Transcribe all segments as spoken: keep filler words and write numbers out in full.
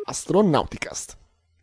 Astronauticast.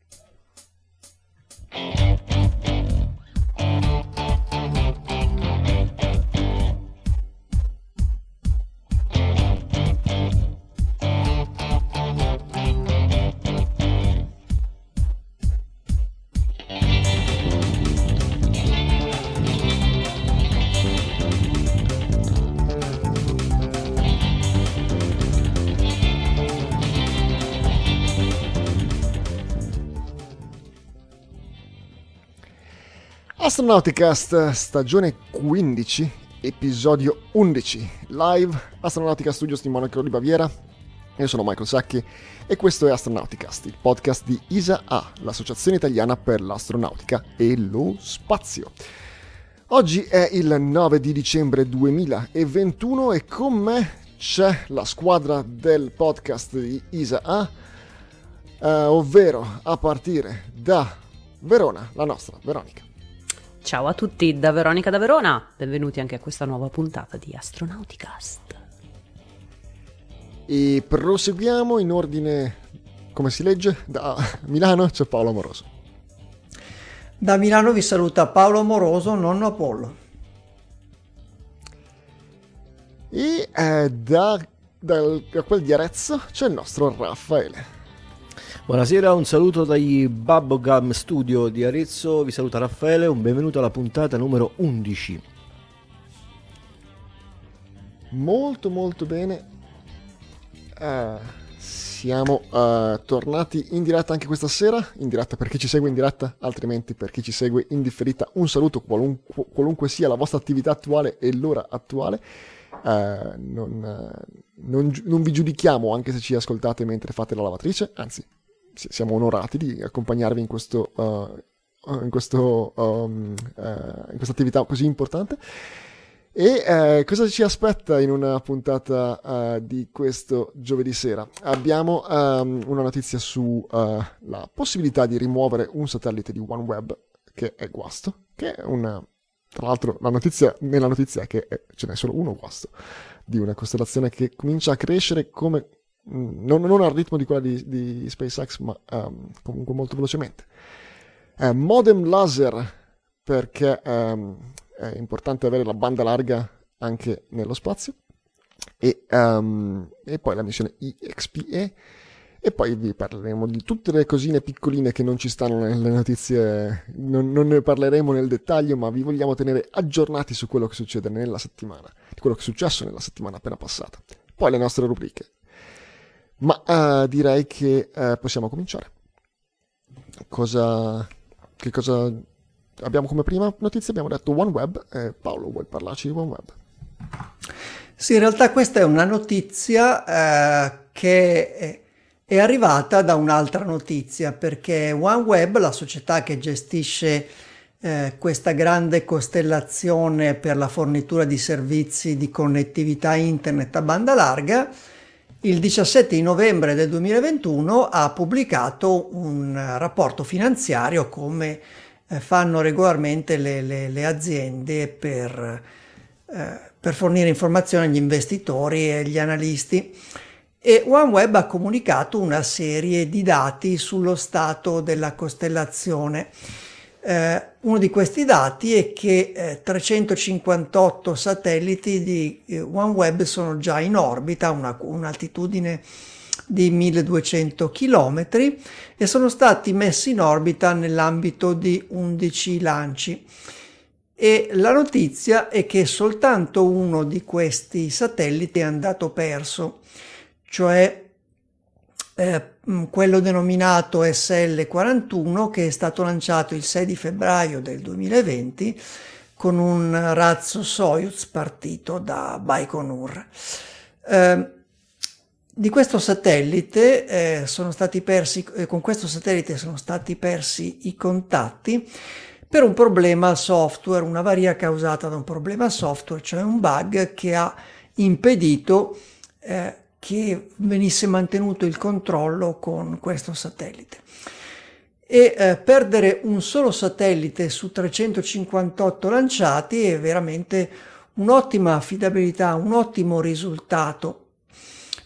Astronauticast, stagione quindici, episodio undici, live, Astronautica Studios di Monaco di Baviera. Io sono Michael Sacchi e questo è Astronauticast, il podcast di I S A A, l'associazione italiana per l'astronautica e lo spazio. Oggi è il nove di dicembre duemilaventuno e con me c'è la squadra del podcast di I S A A, eh, ovvero a partire da Verona, la nostra Veronica. Ciao a tutti da Veronica da Verona, benvenuti anche a questa nuova puntata di Astronauticast. E proseguiamo in ordine, come si legge, da Milano c'è Paolo Amoroso. Da Milano vi saluta Paolo Amoroso, nonno Apollo. E eh, da, da, da quel di Arezzo c'è il nostro Raffaele. Buonasera, un saluto dagli Bubblegum Studio di Arezzo, vi saluta Raffaele, un benvenuto alla puntata numero undici. Molto molto bene, uh, siamo uh, tornati in diretta anche questa sera, in diretta per chi ci segue in diretta, altrimenti per chi ci segue in differita un saluto qualunque, qualunque sia la vostra attività attuale e l'ora attuale. Uh, non, uh, non, non vi giudichiamo anche se ci ascoltate mentre fate la lavatrice, anzi siamo onorati di accompagnarvi in questo uh, in questo um, uh, in questa attività così importante. E uh, cosa ci aspetta in una puntata uh, di questo giovedì sera? Abbiamo um, una notizia su uh, la possibilità di rimuovere un satellite di OneWeb che è guasto, che è una, tra l'altro la notizia nella notizia è che ce n'è solo uno guasto di una costellazione che comincia a crescere come Non, non al ritmo di quella di, di SpaceX, ma um, comunque molto velocemente. Eh, modem laser, perché um, è importante avere la banda larga anche nello spazio. E, um, e poi la missione I X P E. E poi vi parleremo di tutte le cosine piccoline che non ci stanno nelle notizie. Non, non ne parleremo nel dettaglio, ma vi vogliamo tenere aggiornati su quello che succede nella settimana, di quello che è successo nella settimana appena passata. Poi le nostre rubriche. Ma uh, direi che uh, possiamo cominciare. Cosa, che cosa abbiamo come prima notizia? Abbiamo detto OneWeb. Eh, Paolo, vuoi parlarci di OneWeb? Sì, in realtà questa è una notizia eh, che è, è arrivata da un'altra notizia, perché OneWeb, la società che gestisce eh, questa grande costellazione per la fornitura di servizi di connettività internet a banda larga, il diciassette di novembre del duemilaventuno ha pubblicato un rapporto finanziario come eh, fanno regolarmente le, le, le aziende per, eh, per fornire informazioni agli investitori e agli analisti. E OneWeb ha comunicato una serie di dati sullo stato della costellazione. Eh, uno di questi dati è che eh, trecentocinquantotto satelliti di eh, OneWeb sono già in orbita, una, un'altitudine di milleduecento chilometri, e sono stati messi in orbita nell'ambito di undici lanci. E la notizia è che soltanto uno di questi satelliti è andato perso, cioè Eh, quello denominato S L quarantuno, che è stato lanciato il sei di febbraio del duemilaventi con un razzo Soyuz partito da Baikonur. Eh, di questo satellite eh, sono stati persi, eh, con questo satellite sono stati persi i contatti per un problema software, una avaria causata da un problema software, cioè un bug che ha impedito eh, che venisse mantenuto il controllo con questo satellite. E eh, perdere un solo satellite su trecentocinquantotto lanciati è veramente un'ottima affidabilità, un ottimo risultato,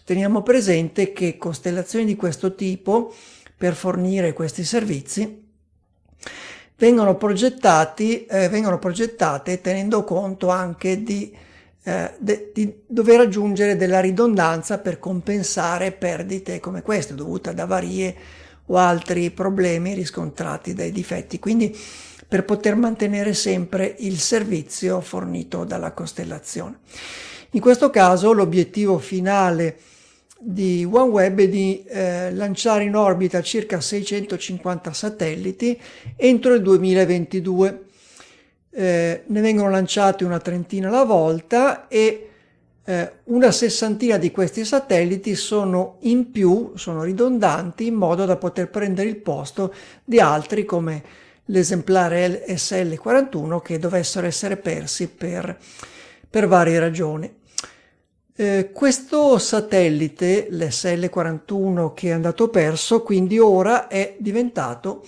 Teniamo presente che costellazioni di questo tipo, per fornire questi servizi, vengono progettati, eh, vengono progettate tenendo conto anche di, eh, de, di dover aggiungere della ridondanza per compensare perdite come queste dovute ad avarie o altri problemi riscontrati dai difetti, quindi per poter mantenere sempre il servizio fornito dalla costellazione. In questo caso l'obiettivo finale di OneWeb è di eh, lanciare in orbita circa seicentocinquanta satelliti entro il duemilaventidue. Eh, ne vengono lanciati una trentina alla volta e eh, una sessantina di questi satelliti sono in più, sono ridondanti in modo da poter prendere il posto di altri come l'esemplare S L quarantuno che dovessero essere persi per, per varie ragioni. Eh, questo satellite, l'S L quarantuno che è andato perso, quindi ora è diventato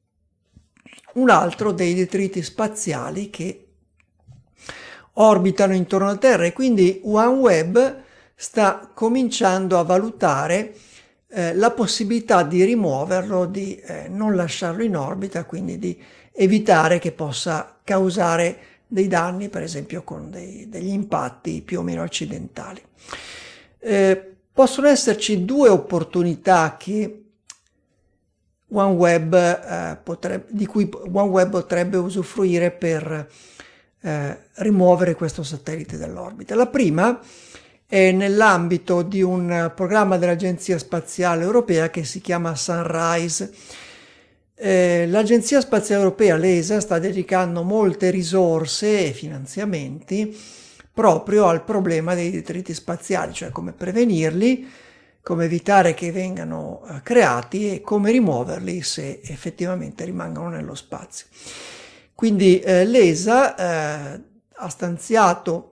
un altro dei detriti spaziali che orbitano intorno alla Terra e quindi OneWeb sta cominciando a valutare eh, la possibilità di rimuoverlo, di eh, non lasciarlo in orbita, quindi di evitare che possa causare dei danni, per esempio con dei, degli impatti più o meno accidentali. Eh, possono esserci due opportunità che OneWeb, eh, potrebbe, di cui OneWeb potrebbe usufruire per eh, rimuovere questo satellite dall'orbita. La prima è nell'ambito di un programma dell'Agenzia Spaziale Europea che si chiama Sunrise. Eh, L'Agenzia Spaziale Europea, l'E S A, sta dedicando molte risorse e finanziamenti proprio al problema dei detriti spaziali, cioè come prevenirli, come evitare che vengano eh, creati e come rimuoverli se effettivamente rimangono nello spazio. Quindi eh, l'E S A eh, ha stanziato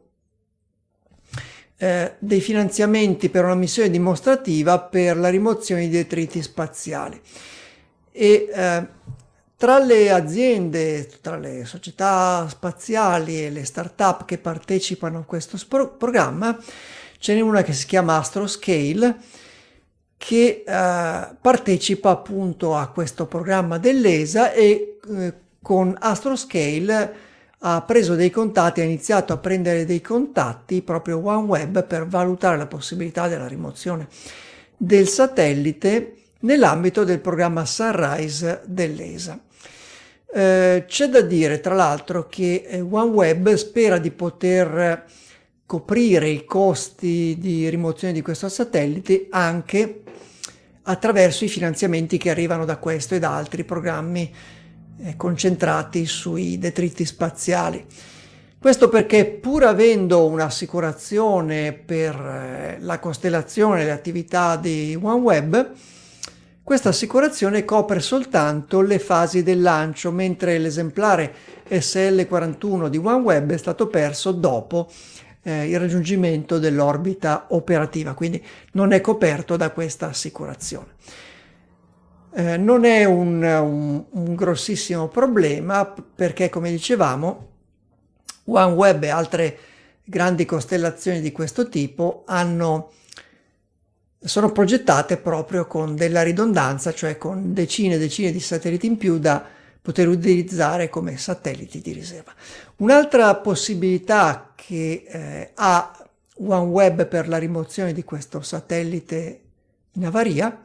eh, dei finanziamenti per una missione dimostrativa per la rimozione di detriti spaziali. E eh, tra le aziende, tra le società spaziali e le start-up che partecipano a questo spro- programma, ce n'è una che si chiama Astroscale, che eh, partecipa appunto a questo programma dell'E S A e eh, con Astroscale ha preso dei contatti, ha iniziato a prendere dei contatti proprio OneWeb per valutare la possibilità della rimozione del satellite nell'ambito del programma Sunrise dell'E S A. Eh, c'è da dire tra l'altro che eh, OneWeb spera di poter coprire i costi di rimozione di questo satellite anche attraverso i finanziamenti che arrivano da questo e da altri programmi eh, concentrati sui detriti spaziali. Questo perché pur avendo un'assicurazione per eh, la costellazione e le attività di OneWeb, questa assicurazione copre soltanto le fasi del lancio, mentre l'esemplare S L quarantuno di OneWeb è stato perso dopo eh, il raggiungimento dell'orbita operativa, quindi non è coperto da questa assicurazione. Eh, non è un, un, un grossissimo problema perché, come dicevamo, OneWeb e altre grandi costellazioni di questo tipo hanno sono progettate proprio con della ridondanza, cioè con decine e decine di satelliti in più da poter utilizzare come satelliti di riserva. Un'altra possibilità che eh, ha OneWeb per la rimozione di questo satellite in avaria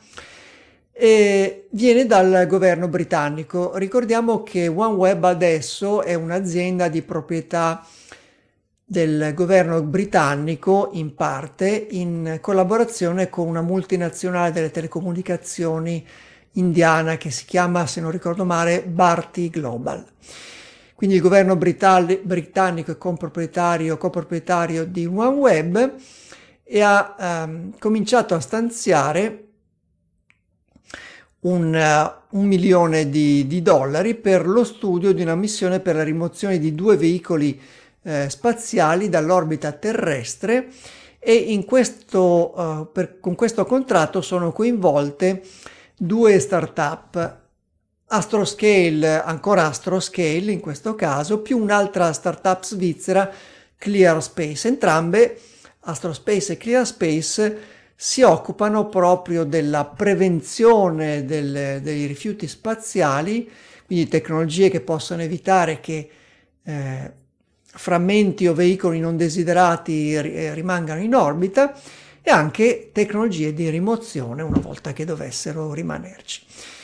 eh, viene dal governo britannico. Ricordiamo che OneWeb adesso è un'azienda di proprietà del governo britannico, in parte in collaborazione con una multinazionale delle telecomunicazioni indiana che si chiama, se non ricordo male, Bharti Global. Quindi il governo britanni- britannico è comproprietario, coproprietario di OneWeb e ha ehm, cominciato a stanziare un, uh, un milione di, di dollari per lo studio di una missione per la rimozione di due veicoli Eh, spaziali dall'orbita terrestre e in questo, uh, per, con questo contratto sono coinvolte due start-up, Astroscale, ancora Astroscale in questo caso, più un'altra start-up svizzera, ClearSpace. Entrambe, Astrospace e ClearSpace, si occupano proprio della prevenzione del, dei rifiuti spaziali, quindi tecnologie che possono evitare che eh, frammenti o veicoli non desiderati ri- rimangano in orbita, e anche tecnologie di rimozione una volta che dovessero rimanerci.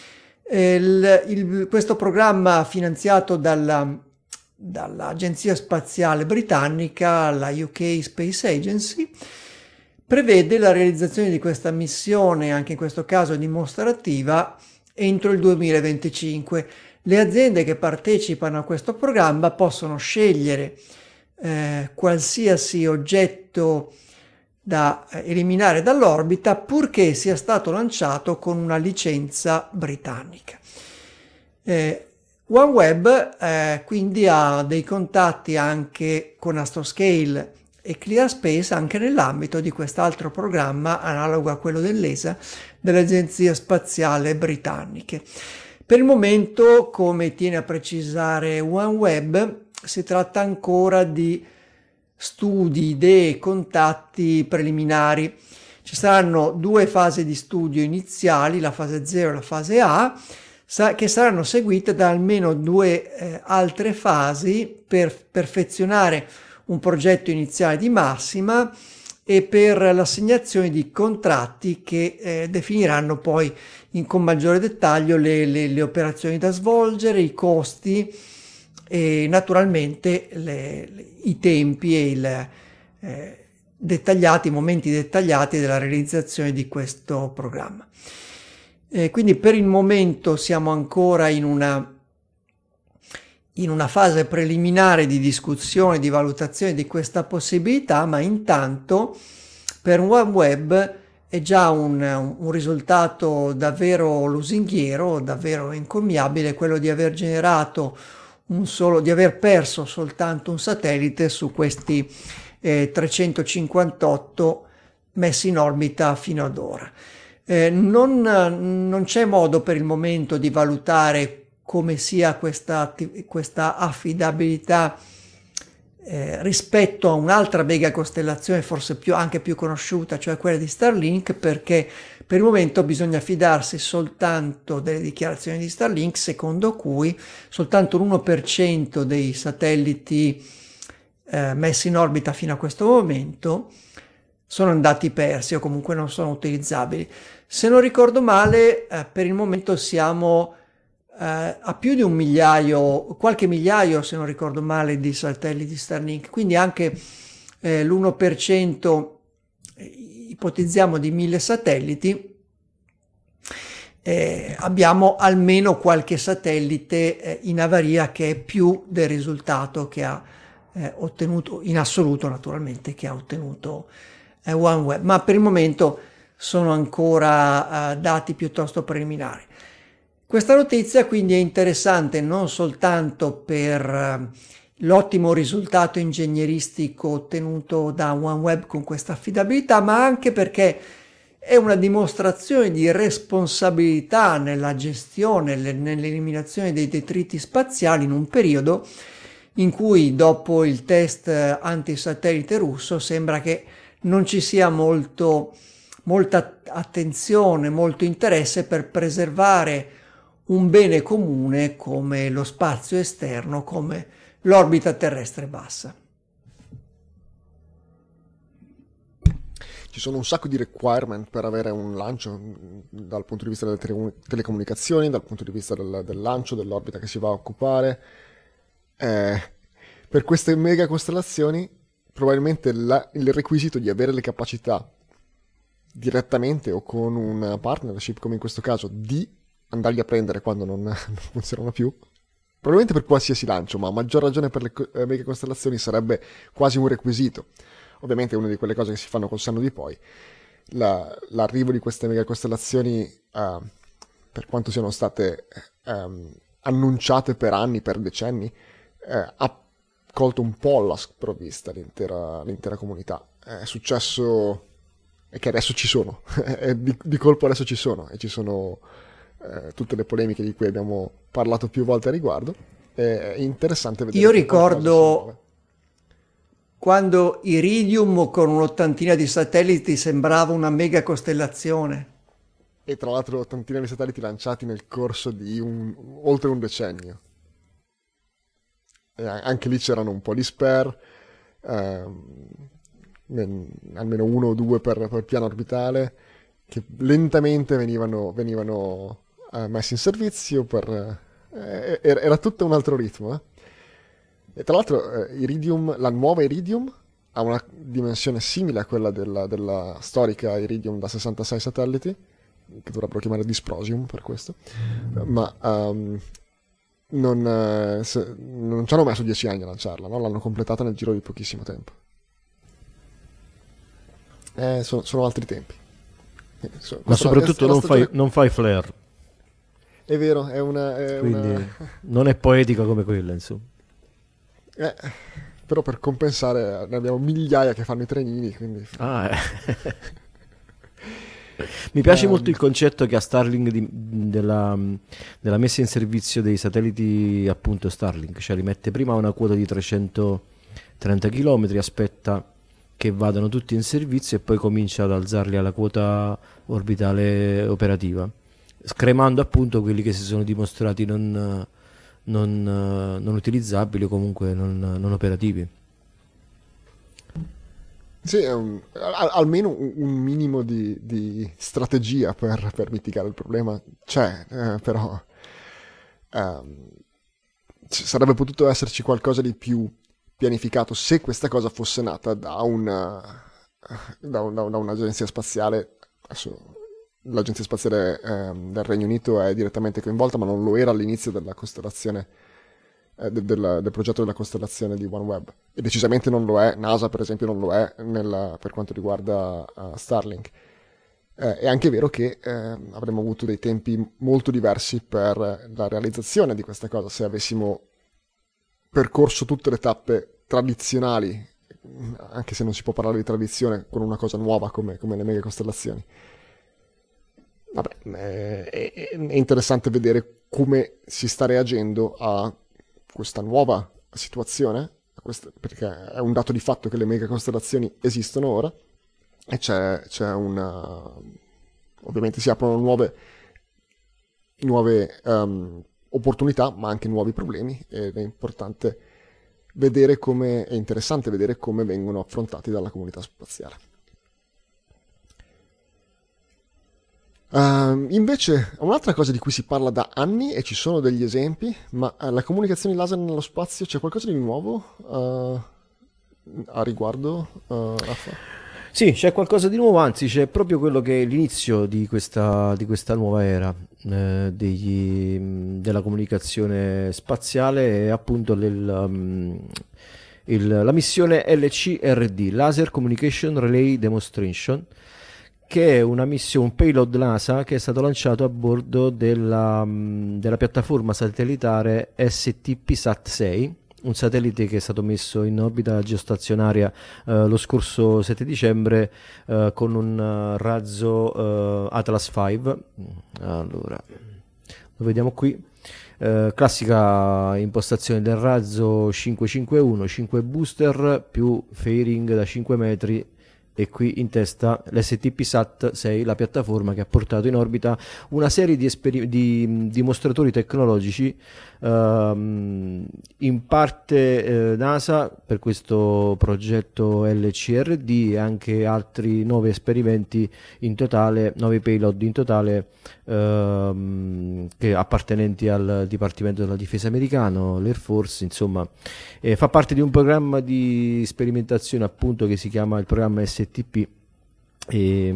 Il, il, questo programma finanziato dalla, dall'Agenzia Spaziale Britannica, la U K Space Agency, prevede la realizzazione di questa missione, anche in questo caso dimostrativa, entro il duemilaventicinque. Le aziende che partecipano a questo programma possono scegliere eh, qualsiasi oggetto da eliminare dall'orbita, purché sia stato lanciato con una licenza britannica. Eh, OneWeb eh, quindi ha dei contatti anche con Astroscale e ClearSpace anche nell'ambito di quest'altro programma analogo a quello dell'E S A delle agenzie spaziali britanniche. Per il momento, come tiene a precisare OneWeb, si tratta ancora di studi, idee, contatti preliminari. Ci saranno due fasi di studio iniziali, la fase zero e la fase A, che saranno seguite da almeno due eh, altre fasi per perfezionare un progetto iniziale di massima e per l'assegnazione di contratti che eh, definiranno poi in, con maggiore dettaglio le, le, le operazioni da svolgere, i costi e naturalmente le, le, i tempi e il, eh, dettagliati, i momenti dettagliati della realizzazione di questo programma. Eh, quindi per il momento siamo ancora in una in una fase preliminare di discussione, di valutazione di questa possibilità, ma intanto per OneWeb è già un, un risultato davvero lusinghiero, davvero encomiabile, quello di aver generato un solo, di aver perso soltanto un satellite su questi eh, trecentocinquantotto messi in orbita fino ad ora. Eh, non, non c'è modo per il momento di valutare come sia questa, questa affidabilità eh, rispetto a un'altra mega costellazione forse più, anche più conosciuta, cioè quella di Starlink, perché per il momento bisogna fidarsi soltanto delle dichiarazioni di Starlink, secondo cui soltanto l'uno per cento dei satelliti eh, messi in orbita fino a questo momento sono andati persi o comunque non sono utilizzabili. Se non ricordo male, eh, per il momento siamo Uh, a più di un migliaio, qualche migliaio se non ricordo male, di satelliti Starlink, quindi anche eh, l'uno per cento ipotizziamo di mille satelliti, eh, abbiamo almeno qualche satellite eh, in avaria che è più del risultato che ha eh, ottenuto, in assoluto naturalmente, che ha ottenuto eh, OneWeb, ma per il momento sono ancora eh, dati piuttosto preliminari. Questa notizia quindi è interessante non soltanto per l'ottimo risultato ingegneristico ottenuto da OneWeb con questa affidabilità, ma anche perché è una dimostrazione di responsabilità nella gestione, nell'eliminazione dei detriti spaziali in un periodo in cui, dopo il test antisatellite russo, sembra che non ci sia molto, molta attenzione, molto interesse per preservare un bene comune come lo spazio esterno, come l'orbita terrestre bassa. Ci sono un sacco di requirement per avere un lancio dal punto di vista delle tele- telecomunicazioni, dal punto di vista del, del lancio, dell'orbita che si va a occupare. Eh, per queste mega costellazioni probabilmente la, il requisito di avere le capacità direttamente o con una partnership, come in questo caso, di andarli a prendere quando non, non funzionano più, probabilmente per qualsiasi lancio, ma a maggior ragione per le eh, mega costellazioni sarebbe quasi un requisito. Ovviamente è una di quelle cose che si fanno col senno di poi. La, l'arrivo di queste mega costellazioni, eh, per quanto siano state eh, annunciate per anni, per decenni, eh, ha colto un po' alla sprovvista l'intera, l'intera comunità. È successo e che adesso ci sono, di, di colpo adesso ci sono, e ci sono Eh, tutte le polemiche di cui abbiamo parlato più volte a riguardo. È interessante vedere. Io ricordo quando Iridium con un'ottantina di satelliti sembrava una mega costellazione. E tra l'altro ottantina di satelliti lanciati nel corso di un, oltre un decennio. E anche lì c'erano un po' di spare, ehm, almeno uno o due per, per piano orbitale, che lentamente venivano, venivano eh, messi in servizio. Per, eh, era, era tutto un altro ritmo. Eh. E tra l'altro eh, Iridium, la nuova Iridium ha una dimensione simile a quella della, della storica Iridium da sessantasei satelliti, che dovrebbero chiamare Dysprosium per questo, ma um, non, eh, se, non ci hanno messo dieci anni a lanciarla, no? L'hanno completata nel giro di pochissimo tempo. Eh, sono, sono altri tempi. Eh, so, ma soprattutto non, stagione... fai, non fai flare. È vero, è una... È Quindi una... non è poetica come quella, insomma. Eh, però per compensare ne abbiamo migliaia che fanno i trenini, quindi... Ah, eh. Mi piace um, molto il concetto che ha Starlink di, della, della messa in servizio dei satelliti, appunto Starlink, cioè li mette prima a una quota di trecentotrenta chilometri, aspetta che vadano tutti in servizio e poi comincia ad alzarli alla quota orbitale operativa, scremando appunto quelli che si sono dimostrati non, non, non utilizzabili o comunque non, non operativi. Sì, è un, al, almeno un, un minimo di, di strategia per, per mitigare il problema c'è, eh, però ehm, sarebbe potuto esserci qualcosa di più pianificato se questa cosa fosse nata da, una, da, un, da, un, da un'agenzia spaziale. Adesso, l'agenzia spaziale ehm, del Regno Unito è direttamente coinvolta, ma non lo era all'inizio della costellazione Del, del, del progetto della costellazione di OneWeb, e decisamente non lo è. NASA per esempio non lo è nella, per quanto riguarda uh, Starlink. Eh, è anche vero che eh, avremmo avuto dei tempi molto diversi per la realizzazione di questa cosa se avessimo percorso tutte le tappe tradizionali, anche se non si può parlare di tradizione con una cosa nuova come, come le mega costellazioni. Vabbè, è, è, è interessante vedere come si sta reagendo a questa nuova situazione, questa, perché è un dato di fatto che le mega costellazioni esistono ora e c'è, c'è una... ovviamente si aprono nuove, nuove um, opportunità, ma anche nuovi problemi, ed è importante vedere come, è interessante vedere come vengono affrontati dalla comunità spaziale. Uh, invece, un'altra cosa di cui si parla da anni, e ci sono degli esempi, ma uh, la comunicazione laser nello spazio, c'è qualcosa di nuovo uh, a riguardo, uh, Raffa? Sì, c'è qualcosa di nuovo, anzi c'è proprio quello che è l'inizio di questa, di questa nuova era eh, degli, della comunicazione spaziale, e appunto il, um, il, la missione L C R D, Laser Communication Relay Demonstration, che è una missione, un payload NASA che è stato lanciato a bordo della, della piattaforma satellitare S T P Sat sei, un satellite che è stato messo in orbita geostazionaria eh, lo scorso sette dicembre eh, con un uh, razzo uh, Atlas cinque. Allora, lo vediamo qui. Uh, classica impostazione del razzo cinquecentocinquantuno, cinque booster più fairing da cinque metri, e qui in testa l'S T P Sat sei, la piattaforma che ha portato in orbita una serie di, esperi- di dimostratori tecnologici, ehm, in parte eh, NASA per questo progetto L C R D, e anche altri nove esperimenti in totale, nove payload in totale, ehm, che appartenenti al Dipartimento della Difesa americano, l'Air Force, insomma. Eh, fa parte di un programma di sperimentazione appunto che si chiama il programma S T P. E,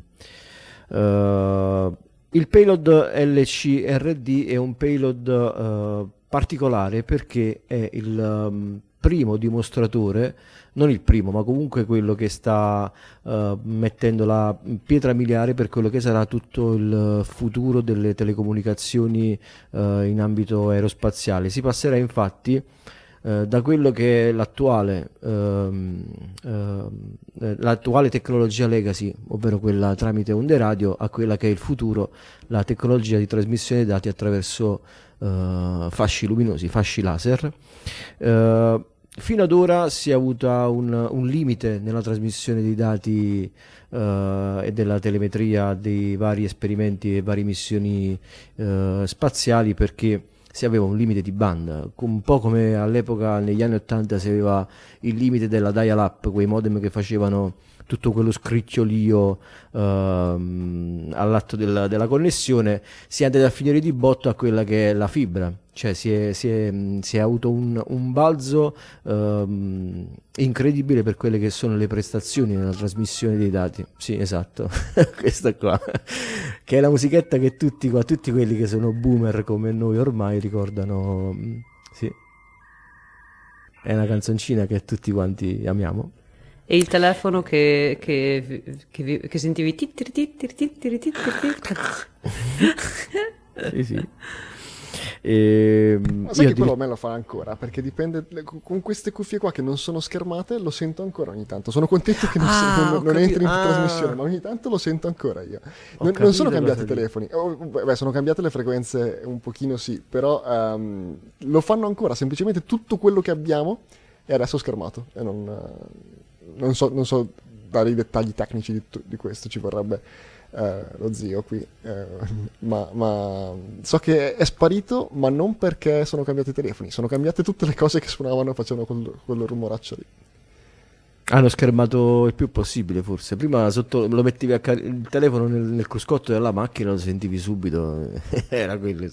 uh, il payload L C R D è un payload uh, particolare perché è il um, primo dimostratore, non il primo, ma comunque quello che sta uh, mettendo la pietra miliare per quello che sarà tutto il futuro delle telecomunicazioni uh, in ambito aerospaziale. Si passerà infatti Uh, da quello che è l'attuale uh, uh, l'attuale tecnologia legacy, ovvero quella tramite onde radio, a quella che è il futuro, la tecnologia di trasmissione dei dati attraverso uh, fasci luminosi, fasci laser. Uh, fino ad ora si è avuta un, un limite nella trasmissione dei dati uh, e della telemetria dei vari esperimenti e varie missioni uh, spaziali, perché si aveva un limite di banda, un po' come all'epoca negli anni ottanta si aveva il limite della dial-up, quei modem che facevano tutto quello scricchiolio ehm, all'atto della, della connessione. Si è andati a finire di botto a quella che è la fibra, cioè si è, si è, si è avuto un, un balzo ehm, incredibile per quelle che sono le prestazioni nella trasmissione dei dati. Sì, esatto, questa qua, che è la musichetta che tutti qua, tutti quelli che sono boomer come noi ormai ricordano. Sì, è una canzoncina che tutti quanti amiamo. E il telefono che, che, che, vi- che sentivi tittiri tittiri tittiri tittiri tittiri. Sì, sì. E, Ma sai io che quello dir- a me lo fa ancora, perché dipende, con queste cuffie qua che non sono schermate lo sento ancora ogni tanto. Sono contento che non, Ah, non- ho non capi- entri in ah. trasmissione, ma ogni tanto lo sento ancora io. Ho Non, non sono capito cambiati i cosa telefoni. Oh, beh, sono cambiate le frequenze un pochino, sì, però ehm, lo fanno ancora, semplicemente tutto quello che abbiamo è adesso schermato. E non, eh, non so, non so dare i dettagli tecnici di, di questo, ci vorrebbe eh, lo zio qui, eh, ma, ma so che è sparito, ma non perché sono cambiati i telefoni, sono cambiate tutte le cose che suonavano e facevano quel, quel rumoraccio lì. Hanno schermato il più possibile, forse. Prima sotto, lo mettevi a car- il telefono nel, nel cruscotto della macchina, lo sentivi subito. Era quello.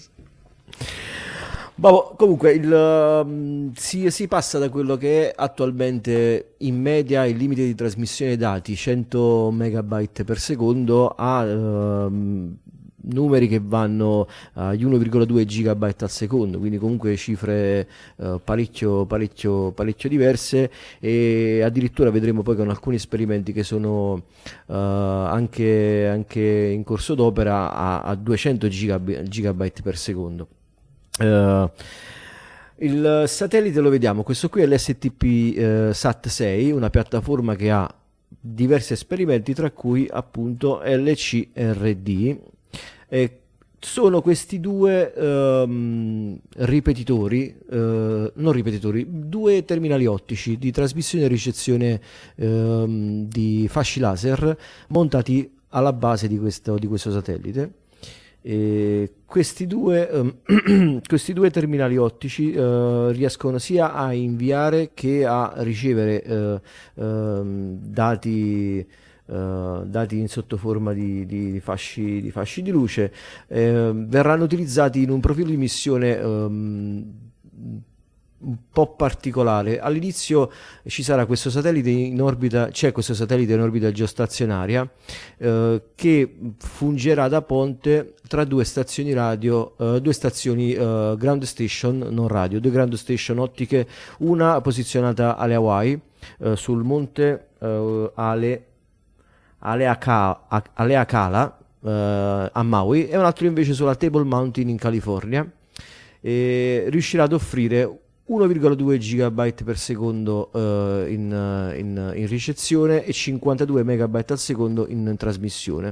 Boh, comunque il, um, si, si passa da quello che è attualmente in media il limite di trasmissione dati cento megabyte per secondo a um, numeri che vanno agli uno virgola due gigabyte al secondo, quindi comunque cifre uh, parecchio, parecchio, parecchio diverse, e addirittura vedremo poi con alcuni esperimenti che sono uh, anche, anche in corso d'opera a, a duecento gigabyte per secondo. Uh, il satellite lo vediamo, questo qui è l'S T P uh, Sat sei, una piattaforma che ha diversi esperimenti, tra cui appunto L C R D. E sono questi due um, ripetitori, uh, non ripetitori, due terminali ottici di trasmissione e ricezione um, di fasci laser montati alla base di questo, di questo satellite. E questi due um, questi due terminali ottici uh, riescono sia a inviare che a ricevere uh, um, dati uh, dati in sottoforma di, di, di fasci di fasci di luce. Eh, verranno utilizzati in un profilo di missione um, un po' particolare. All'inizio ci sarà questo satellite in orbita, c'è questo satellite in orbita geostazionaria eh, che fungerà da ponte tra due stazioni radio, eh, due stazioni eh, ground station, non radio, due ground station ottiche, una posizionata alle Hawaii eh, sul monte eh, Ale, Aleaka- Aleakala eh, a Maui, e un altro invece sulla Table Mountain in California. E riuscirà ad offrire uno virgola due gigabyte per secondo uh, in, uh, in, in ricezione e cinquantadue megabyte al secondo in trasmissione.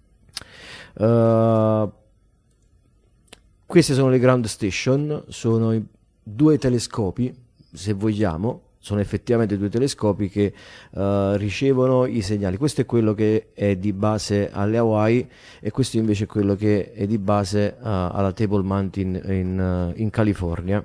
Uh, queste sono le ground station, sono i due telescopi, se vogliamo, sono effettivamente due telescopi che uh, ricevono i segnali. Questo è quello che è di base alle Hawaii e questo invece è quello che è di base uh, alla Table Mountain in, uh, in California.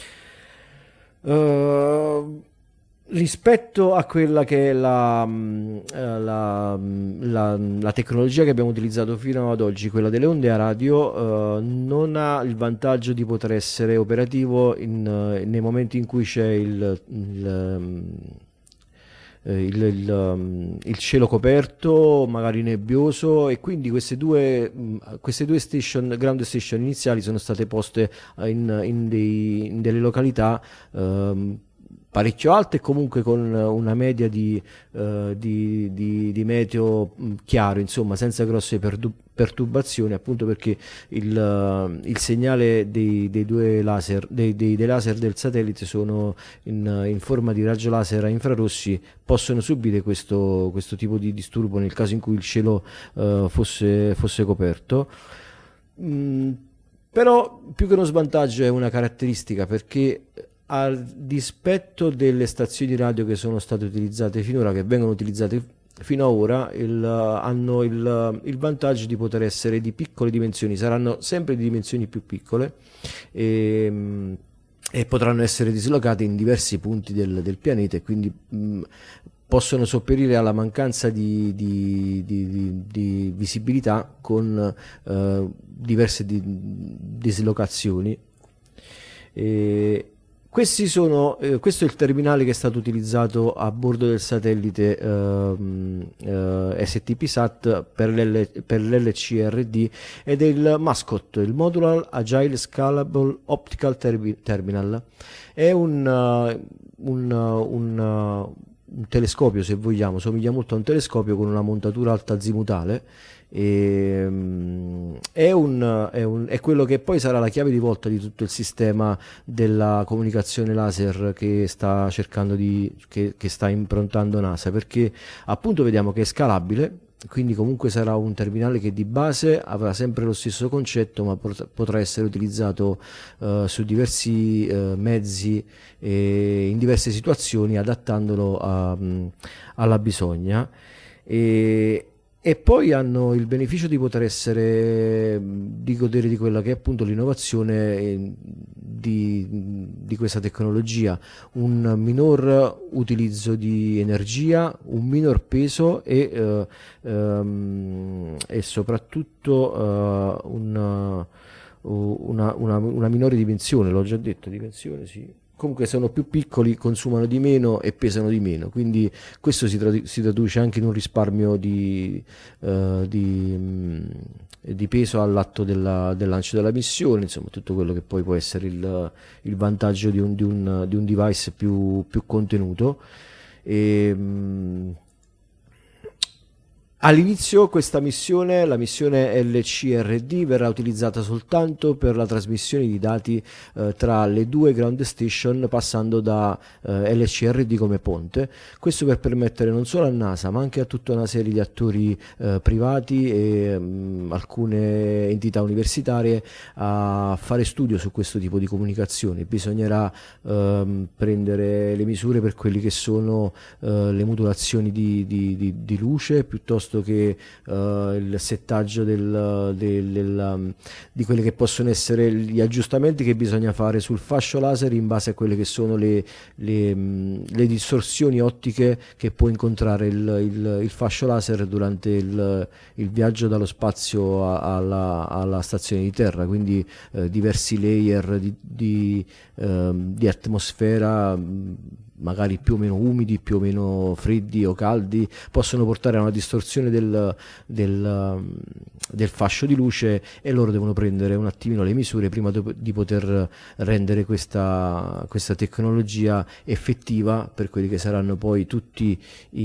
Uh, rispetto a quella che è la, la, la, la tecnologia che abbiamo utilizzato fino ad oggi, quella delle onde a radio, uh, non ha il vantaggio di poter essere operativo in, uh, nei momenti in cui c'è il, il, il, il, um, il cielo coperto, magari nebbioso, e quindi queste due, queste due station, ground station iniziali sono state poste in, in, dei, in delle località um, parecchio alte e comunque con una media di, uh, di, di, di meteo chiaro, insomma, senza grosse perdu- perturbazioni, appunto perché il, uh, il segnale dei, dei due laser, dei, dei, dei laser del satellite sono in, in forma di raggio laser a infrarossi, possono subire questo, questo tipo di disturbo nel caso in cui il cielo uh, fosse, fosse coperto. Mm, però più che uno svantaggio è una caratteristica, perché al dispetto delle stazioni radio che sono state utilizzate finora, che vengono utilizzate fino ad ora, il, hanno il, il vantaggio di poter essere di piccole dimensioni, saranno sempre di dimensioni più piccole e, e potranno essere dislocate in diversi punti del, del pianeta, e quindi mh, possono sopperire alla mancanza di, di, di, di, di visibilità con eh, diverse di, dislocazioni. E questi sono, eh, questo è il terminale che è stato utilizzato a bordo del satellite ehm, eh, S T P SAT per, per l'L C R D, ed è il Mascot, il Modular Agile Scalable Optical Termi- Terminal. È un, uh, un, uh, un, uh, un telescopio, se vogliamo, somiglia molto a un telescopio con una montatura alta azimutale. E, um, è, un, è, un, è quello che poi sarà la chiave di volta di tutto il sistema della comunicazione laser che sta cercando di che, che sta improntando NASA, perché appunto vediamo che è scalabile, quindi comunque sarà un terminale che di base avrà sempre lo stesso concetto, ma pot- potrà essere utilizzato uh, su diversi uh, mezzi e in diverse situazioni, adattandolo a, um, alla bisogna. E, E poi hanno il beneficio di poter essere, di godere di quella che è appunto l'innovazione di, di questa tecnologia, un minor utilizzo di energia, un minor peso e, eh, ehm, e soprattutto eh, una, una, una, una minore dimensione, l'ho già detto, dimensione sì. Comunque sono più piccoli, consumano di meno e pesano di meno, quindi questo si, tradu- si traduce anche in un risparmio di, uh, di, mh, di peso all'atto della, del lancio della missione, insomma tutto quello che poi può essere il, il vantaggio di un, di, un, di un device più, più contenuto. E, mh, all'inizio questa missione, la missione L C R D, verrà utilizzata soltanto per la trasmissione di dati eh, tra le due ground station, passando da eh, L C R D come ponte. Questo per permettere non solo a NASA ma anche a tutta una serie di attori eh, privati e mh, alcune entità universitarie a fare studio su questo tipo di comunicazioni. Bisognerà ehm, prendere le misure per quelli che sono eh, le modulazioni di, di, di, di luce, piuttosto che uh, il settaggio del, del, del, um, di quelli che possono essere gli aggiustamenti che bisogna fare sul fascio laser in base a quelle che sono le, le, um, le distorsioni ottiche che può incontrare il, il, il fascio laser durante il, il viaggio dallo spazio a, alla, alla stazione di terra, quindi uh, diversi layer di, di, uh, di atmosfera, magari più o meno umidi, più o meno freddi o caldi, possono portare a una distorsione del, del, del fascio di luce, e loro devono prendere un attimino le misure prima di poter rendere questa, questa tecnologia effettiva per quelli che saranno poi tutte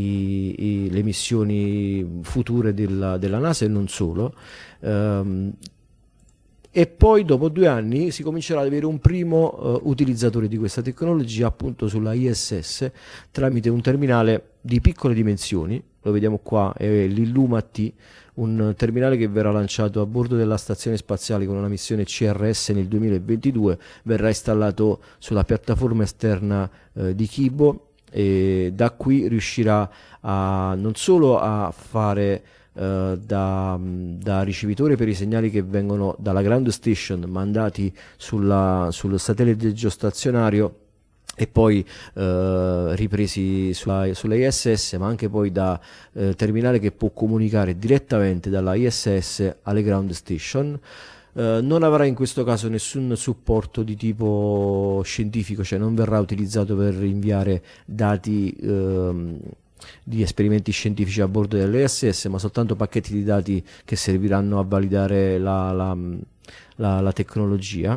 le missioni future della, della NASA, e non solo. Um, E poi dopo due anni si comincerà ad avere un primo uh, utilizzatore di questa tecnologia appunto sulla I S S tramite un terminale di piccole dimensioni. Lo vediamo qua, è l'Illuma T, un terminale che verrà lanciato a bordo della stazione spaziale con una missione C R S nel duemilaventidue, verrà installato sulla piattaforma esterna uh, di Kibo, e da qui riuscirà a non solo a fare Uh, da, da ricevitore per i segnali che vengono dalla ground station mandati sulla, sul satellite geostazionario e poi uh, ripresi sulla, sulla I S S, ma anche poi da uh, terminale che può comunicare direttamente dalla I S S alle ground station. Uh, non avrà in questo caso nessun supporto di tipo scientifico, cioè non verrà utilizzato per inviare dati uh, di esperimenti scientifici a bordo dell'I S S, ma soltanto pacchetti di dati che serviranno a validare la, la, la, la tecnologia.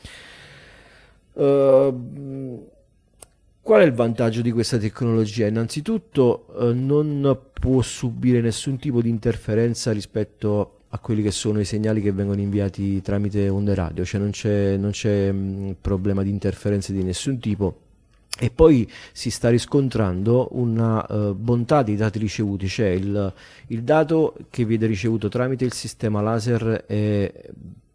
Uh, qual è il vantaggio di questa tecnologia? Innanzitutto uh, non può subire nessun tipo di interferenza rispetto a quelli che sono i segnali che vengono inviati tramite onde radio, cioè non c'è, non c'è mh, problema di interferenze di nessun tipo. E poi si sta riscontrando una uh, bontà dei dati ricevuti, cioè il, il dato che viene ricevuto tramite il sistema laser è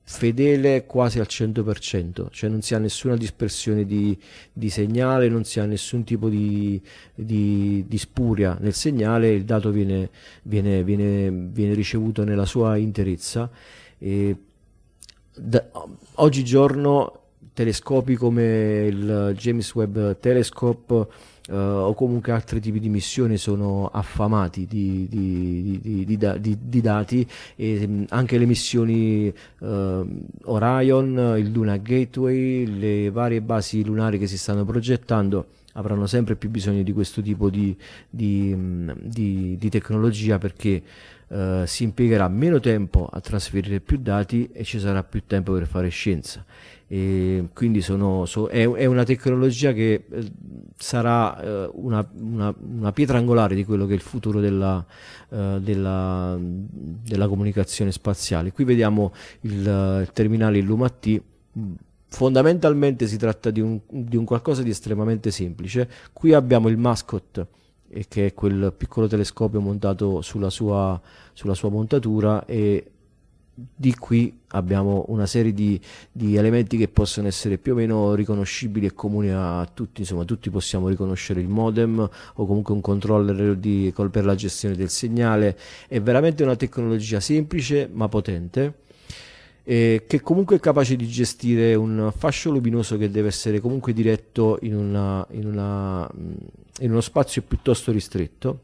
fedele quasi al cento per cento, cioè non si ha nessuna dispersione di, di segnale, non si ha nessun tipo di, di, di spuria nel segnale, il dato viene, viene, viene, viene ricevuto nella sua interezza. E da, oggigiorno telescopi come il James Webb Telescope Uh, o comunque altri tipi di missioni sono affamati di, di, di, di, di, di dati, e mh, anche le missioni uh, Orion, il Luna Gateway, le varie basi lunari che si stanno progettando avranno sempre più bisogno di questo tipo di, di, di, di tecnologia, perché uh, si impiegherà meno tempo a trasferire più dati e ci sarà più tempo per fare scienza. E quindi sono, so, è, è una tecnologia che eh, sarà eh, una, una, una pietra angolare di quello che è il futuro della, eh, della, della comunicazione spaziale. Qui vediamo il, il terminale Illuma T. Fondamentalmente si tratta di un, di un qualcosa di estremamente semplice. Qui abbiamo il Mascot, eh, che è quel piccolo telescopio montato sulla sua, sulla sua montatura, e di qui abbiamo una serie di, di elementi che possono essere più o meno riconoscibili e comuni a tutti. Insomma, tutti possiamo riconoscere il modem o comunque un controller di, per la gestione del segnale. È veramente una tecnologia semplice ma potente, eh, che comunque è capace di gestire un fascio luminoso che deve essere comunque diretto in, una, in, una, in uno spazio piuttosto ristretto.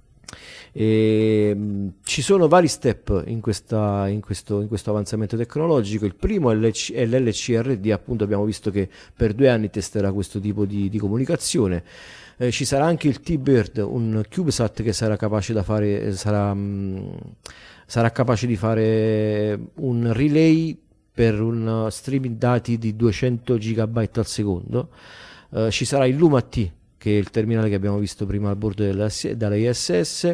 E, mh, ci sono vari step in, questa, in, questo, in questo avanzamento tecnologico. Il primo è l'L C R D, appunto abbiamo visto che per due anni testerà questo tipo di, di comunicazione. Eh, ci sarà anche il T-Bird, un CubeSat che sarà capace da fare, sarà, mh, sarà capace di fare un relay per un streaming dati di duecento gigabyte al secondo. Eh, ci sarà il Luma T, che è il terminale che abbiamo visto prima al bordo della, della I S S,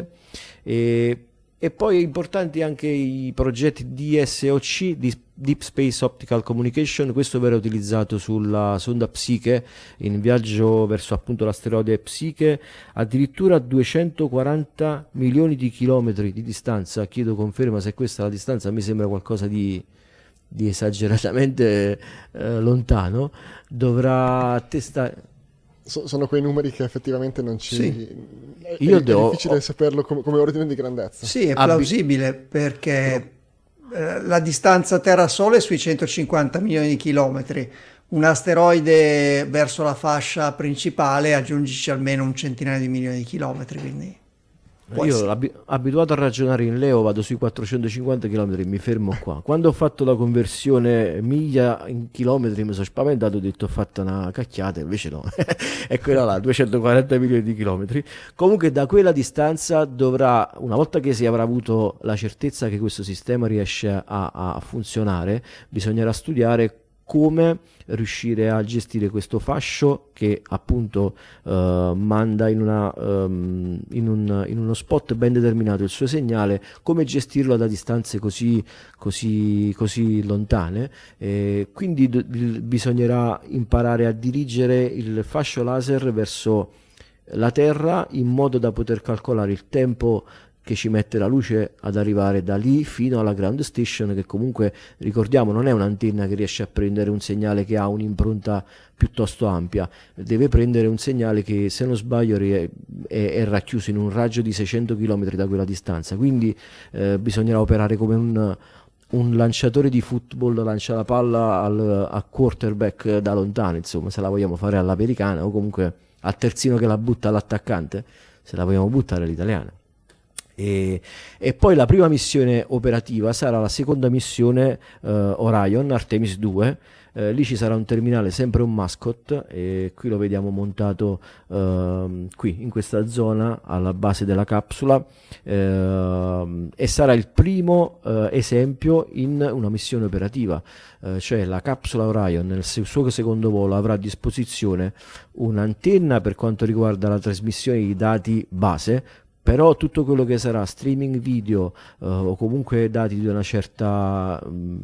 e, e poi importanti anche i progetti D S O C, di Deep Space Optical Communication. Questo verrà utilizzato sulla sonda Psyche in viaggio verso appunto l'asteroide Psyche, addirittura a duecentoquaranta milioni di chilometri di distanza. Chiedo conferma se questa è la distanza, mi sembra qualcosa di di esageratamente eh, lontano. Dovrà testare. Sono quei numeri che effettivamente non ci... Sì. È, Io è devo... difficile saperlo come, come ordine di grandezza. Sì, è plausibile perché eh, la distanza Terra-Sole è sui centocinquanta milioni di chilometri. Un asteroide verso la fascia principale aggiungici almeno un centinaio di milioni di chilometri, quindi... Io abi- abituato a ragionare in Leo vado sui quattrocentocinquanta chilometri, mi fermo qua. Quando ho fatto la conversione miglia in chilometri mi sono spaventato, ho detto ho fatto una cacchiata, invece no, è quella là, duecentoquaranta milioni di chilometri. Comunque da quella distanza dovrà, una volta che si avrà avuto la certezza che questo sistema riesce a, a funzionare, bisognerà studiare come riuscire a gestire questo fascio che appunto uh, manda in, una, um, in, un, in uno spot ben determinato il suo segnale, come gestirlo da distanze così, così, così lontane. E quindi d- bisognerà imparare a dirigere il fascio laser verso la Terra in modo da poter calcolare il tempo che ci mette la luce ad arrivare da lì fino alla ground station, che comunque, ricordiamo, non è un'antenna che riesce a prendere un segnale che ha un'impronta piuttosto ampia, deve prendere un segnale che, se non sbaglio, è, è, è racchiuso in un raggio di seicento chilometri da quella distanza. Quindi eh, bisognerà operare come un, un lanciatore di football, lancia la palla al, a quarterback da lontano, insomma, se la vogliamo fare all'americana, o comunque al terzino che la butta all'attaccante, se la vogliamo buttare all'italiana. E, e poi la prima missione operativa sarà la seconda missione uh, Orion, Artemis due. Uh, lì ci sarà un terminale, sempre un Mascot, e qui lo vediamo montato uh, qui in questa zona alla base della capsula, uh, e sarà il primo uh, esempio in una missione operativa, uh, cioè la capsula Orion nel suo secondo volo avrà a disposizione un'antenna per quanto riguarda la trasmissione di dati base, però tutto quello che sarà streaming video uh, o comunque dati di una certa um,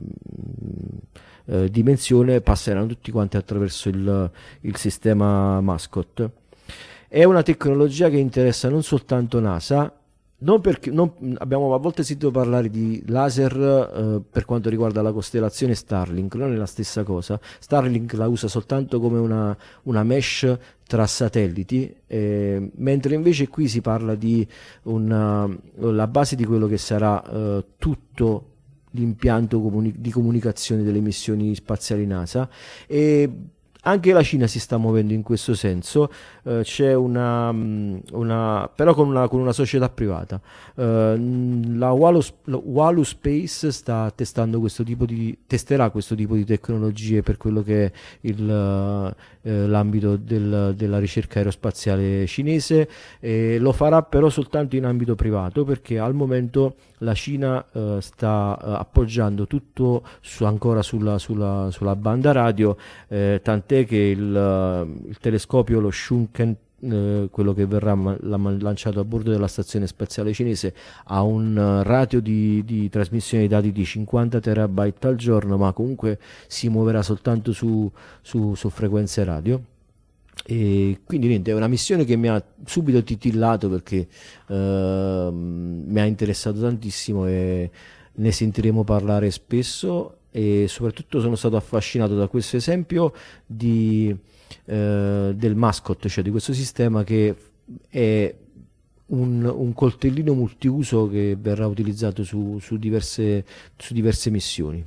uh, dimensione passeranno tutti quanti attraverso il, il sistema Mascot. È una tecnologia che interessa non soltanto NASA, Non perché non, abbiamo a volte sentito parlare di laser eh, per quanto riguarda la costellazione Starlink, non è la stessa cosa. Starlink la usa soltanto come una, una mesh tra satelliti, eh, mentre invece qui si parla di una, la base di quello che sarà eh, tutto l'impianto comuni- di comunicazione delle missioni spaziali NASA. E anche la Cina si sta muovendo in questo senso, eh, c'è una, una però con una, con una società privata. Eh, la Walu, la Walu Space sta testando questo tipo di, testerà questo tipo di tecnologie per quello che è il, eh, l'ambito del, della ricerca aerospaziale cinese, e lo farà però soltanto in ambito privato, perché al momento la Cina eh, sta eh, appoggiando tutto su, ancora sulla, sulla, sulla banda radio, eh, tant'è che il, il telescopio, lo Shunken, eh, quello che verrà ma- la- lanciato a bordo della stazione spaziale cinese, ha un uh, ratio di, di trasmissione di dati di cinquanta terabyte al giorno, ma comunque si muoverà soltanto su, su, su frequenze radio. E quindi niente, è una missione che mi ha subito titillato, perché eh, mi ha interessato tantissimo e ne sentiremo parlare spesso, e soprattutto sono stato affascinato da questo esempio di, eh, del mascot, cioè di questo sistema che è un, un coltellino multiuso che verrà utilizzato su, su diverse, su diverse missioni.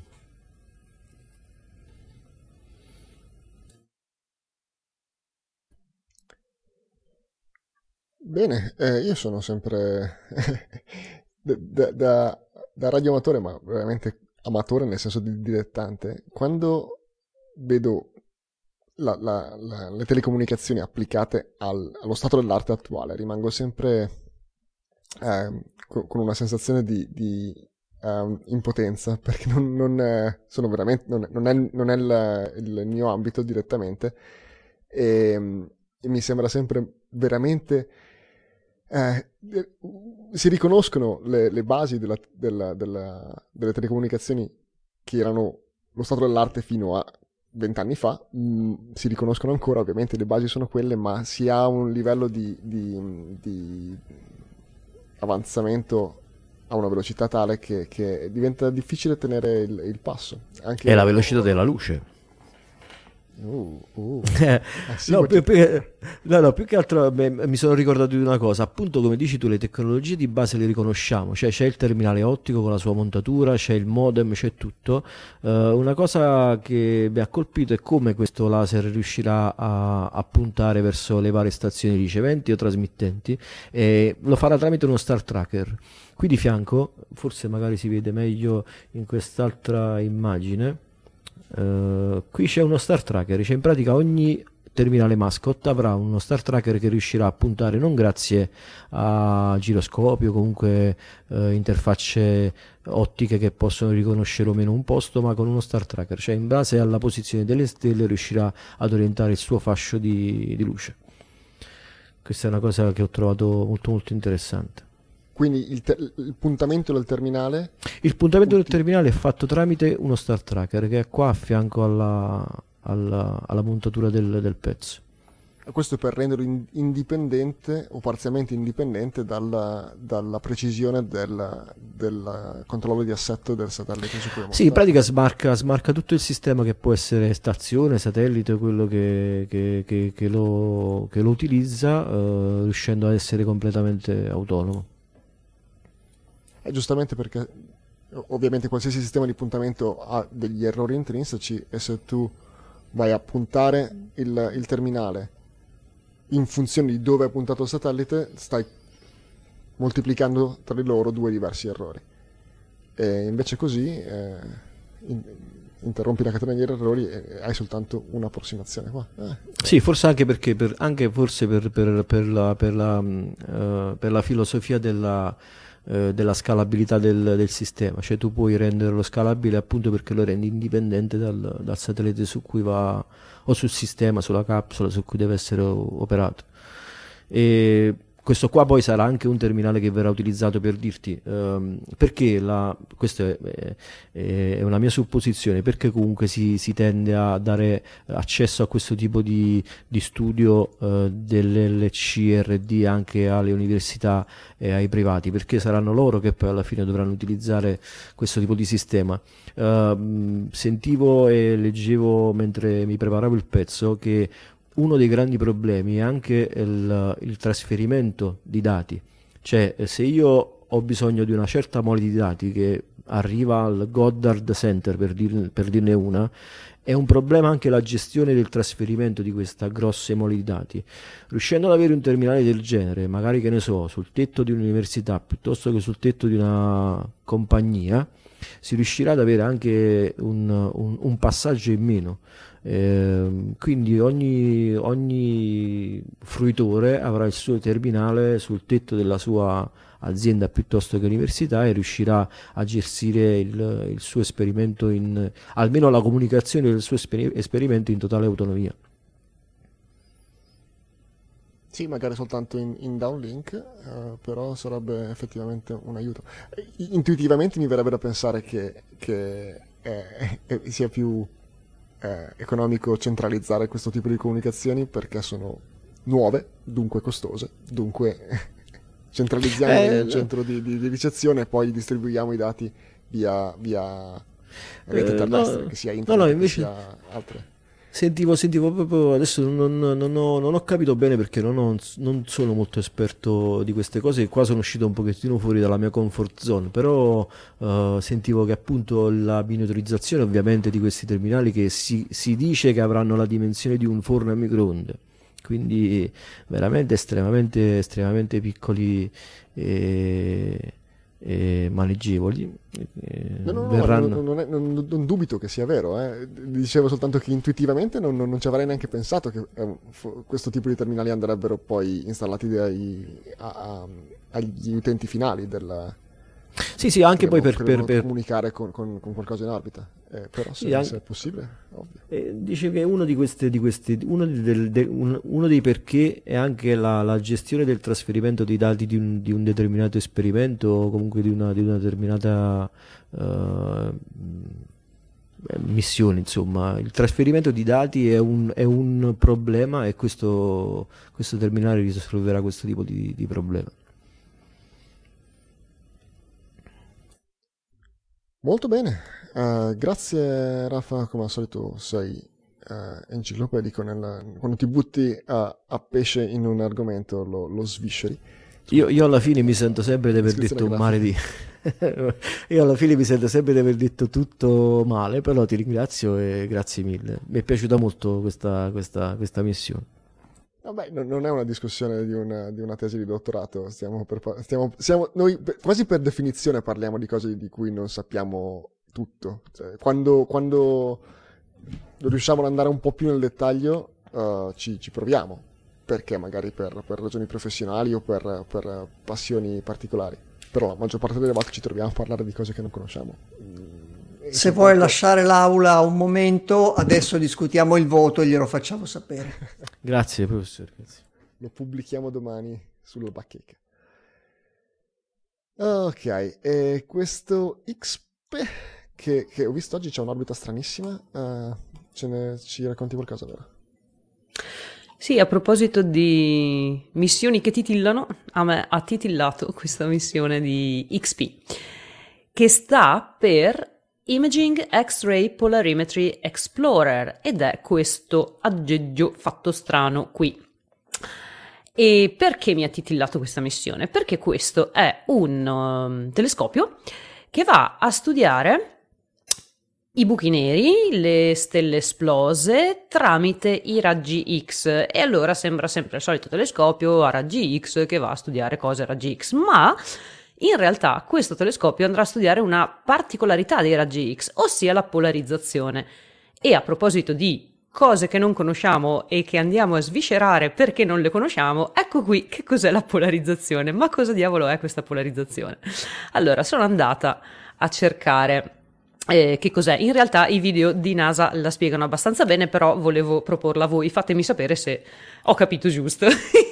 Bene, eh, io sono sempre da, da- da- da radioamatore, ma veramente amatore nel senso di dilettante. Quando vedo la- la- la- le telecomunicazioni applicate al- allo stato dell'arte attuale, rimango sempre ehm, co- con una sensazione di, di, ehm, impotenza, perché non, non è, sono veramente, non è, non è- non è il, il mio ambito direttamente, e, e mi sembra sempre veramente eh, eh, si riconoscono le, le basi della- della- della- delle telecomunicazioni che erano lo stato dell'arte fino a vent'anni fa, mh, si riconoscono ancora, ovviamente le basi sono quelle, ma si ha un livello di, di- di avanzamento a una velocità tale che, che diventa difficile tenere il, il passo. Anche, È la velocità della luce. Uh, uh. Eh, Eh sì, no, perché- più, più- no, no, più che altro beh, mi sono ricordato di una cosa, appunto come dici tu, le tecnologie di base le riconosciamo, cioè c'è il terminale ottico con la sua montatura, c'è il modem, c'è tutto. Eh, una cosa che mi ha colpito è come questo laser riuscirà a, a puntare verso le varie stazioni riceventi o trasmittenti, e lo farà tramite uno Star Tracker. Qui di fianco, forse magari si vede meglio in quest'altra immagine. Uh, qui c'è uno Star Tracker, cioè in pratica ogni terminale mascot avrà uno Star Tracker che riuscirà a puntare non grazie a giroscopio, comunque uh, interfacce ottiche che possono riconoscere o meno un posto, ma con uno Star Tracker, cioè in base alla posizione delle stelle riuscirà ad orientare il suo fascio di, di luce. Questa è una cosa che ho trovato molto molto interessante. Quindi il, te- il puntamento del terminale Il puntamento del terminale è fatto tramite uno Star Tracker che è qua a fianco alla, alla, alla montatura del, del pezzo. questo per renderlo in- indipendente o parzialmente indipendente dalla, dalla precisione del, del controllo di assetto del satellite su cui è montato. Sì, in pratica smarca, smarca tutto il sistema, che può essere stazione, satellite, quello che, che- che- che lo, che lo utilizza, eh, riuscendo ad essere completamente autonomo. Eh, giustamente perché o- ovviamente qualsiasi sistema di puntamento ha degli errori intrinseci, e se tu vai a puntare il, il terminale in funzione di dove è puntato il satellite, stai moltiplicando tra di loro due diversi errori. E invece così eh, in- interrompi la catena di errori e hai soltanto un'approssimazione qua. Eh, Sì, forse anche perché, per, anche forse per, per- per la, per la, mh, eh, per la filosofia della, eh, della scalabilità del, del sistema, cioè tu puoi renderlo scalabile appunto perché lo rendi indipendente dal, dal satellite su cui va, o sul sistema, sulla capsula su cui deve essere o- operato. E questo qua poi sarà anche un terminale che verrà utilizzato per dirti ehm, perché la, questa è, è, è una mia supposizione, perché comunque si, si tende a dare accesso a questo tipo di, di studio eh, dell'L C R D anche alle università e ai privati, perché saranno loro che poi alla fine dovranno utilizzare questo tipo di sistema. Uh, sentivo e leggevo mentre mi preparavo il pezzo che uno dei grandi problemi è anche il, il trasferimento di dati, cioè se io ho bisogno di una certa mole di dati che arriva al Goddard Center, per, dir, per dirne una, è un problema anche la gestione del trasferimento di questa grosse mole di dati. Riuscendo ad avere un terminale del genere, magari che ne so, sul tetto di un'università piuttosto che sul tetto di una compagnia, si riuscirà ad avere anche un, un, un passaggio in meno. Eh, quindi ogni, ogni fruitore avrà il suo terminale sul tetto della sua azienda piuttosto che università e riuscirà a gestire il, il suo esperimento, in, almeno la comunicazione del suo esper- esperimento in totale autonomia. Sì, magari soltanto in, in downlink, eh, però sarebbe effettivamente un aiuto. Intuitivamente mi verrebbe da pensare che, che è, è, sia più eh, economico centralizzare questo tipo di comunicazioni perché sono nuove, dunque costose, dunque centralizziamo eh, in un centro di, di, di ricezione e poi distribuiamo i dati via, via rete eh, terrestre, no, che sia internet, no, no, che invece... sia altre. Sentivo, sentivo proprio adesso non, non ho, non ho capito bene perché non, ho, non sono molto esperto di queste cose, qua sono uscito un pochettino fuori dalla mia comfort zone, però uh, sentivo che appunto la miniaturizzazione ovviamente di questi terminali che si, si dice che avranno la dimensione di un forno a microonde, quindi veramente estremamente, estremamente piccoli e, e maneggevoli. No, no, no, verranno... non, non, è, non, non dubito che sia vero, eh. Dicevo soltanto che intuitivamente non, non, non ci avrei neanche pensato che eh, f- questo tipo di terminali andrebbero poi installati dai, a, a, agli utenti finali della... Sì, sì, anche che poi devono, per, che per, per comunicare con, con, con qualcosa in orbita, eh, però se, sì, anche... se è possibile, ovvio. Eh, dice che uno di queste, di questi, uno, di, del, de, un, uno dei perché è anche la, la gestione del trasferimento dei dati di un, di un determinato esperimento o comunque di una, di una determinata uh, missione, insomma. Il trasferimento di dati è un, è un problema e questo, questo terminale risolverà questo tipo di, di problema. Molto bene, uh, grazie Rafa, come al solito sei uh, enciclopedico nel, quando ti butti a, a pesce in un argomento lo, lo svisceri. Io, io alla fine mi sento sempre di aver detto un mare di... io alla fine mi sento sempre di aver detto tutto male, però ti ringrazio e grazie mille. Mi è piaciuta molto questa, questa, questa missione. Vabbè, no, non è una discussione di una, di una tesi di dottorato, stiamo per, stiamo, siamo, noi per, quasi per definizione parliamo di cose di cui non sappiamo tutto. Cioè, quando, quando riusciamo ad andare un po' più nel dettaglio uh, ci, ci proviamo, perché magari per, per ragioni professionali o per, per passioni particolari. Però la maggior parte delle volte ci troviamo a parlare di cose che non conosciamo. Se vuoi tanto... lasciare l'aula un momento, adesso discutiamo il voto e glielo facciamo sapere. Grazie professore. Grazie. Lo pubblichiamo domani sulla bacheca. Ok, e questo X P che, che ho visto oggi c'è un'orbita stranissima, uh, ce ne, ci racconti qualcosa, vero? Sì, a proposito di missioni che titillano, a me ha titillato questa missione di X P, che sta per Imaging X-Ray Polarimetry Explorer, ed è questo aggeggio fatto strano qui. E perché mi ha titillato questa missione? Perché questo è un um, telescopio che va a studiare i buchi neri, le stelle esplose tramite i raggi X, e allora sembra sempre il solito telescopio a raggi X che va a studiare cose a raggi X, ma in realtà questo telescopio andrà a studiare una particolarità dei raggi X, ossia la polarizzazione. E a proposito di cose che non conosciamo e che andiamo a sviscerare perché non le conosciamo, ecco qui che cos'è la polarizzazione. Ma cosa diavolo è questa polarizzazione? Allora, sono andata a cercare Eh, che cos'è? In realtà i video di NASA la spiegano abbastanza bene, però volevo proporla a voi, fatemi sapere se ho capito giusto.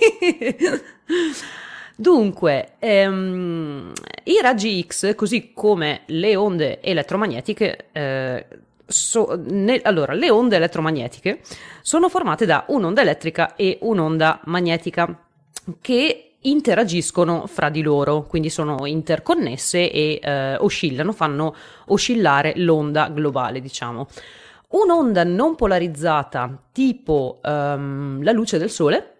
Dunque, ehm, i raggi X, così come le onde elettromagnetiche, eh, so, ne, allora, le onde elettromagnetiche sono formate da un'onda elettrica e un'onda magnetica che interagiscono fra di loro, quindi sono interconnesse e eh, oscillano, fanno oscillare l'onda globale, diciamo. Un'onda non polarizzata, tipo um, la luce del sole,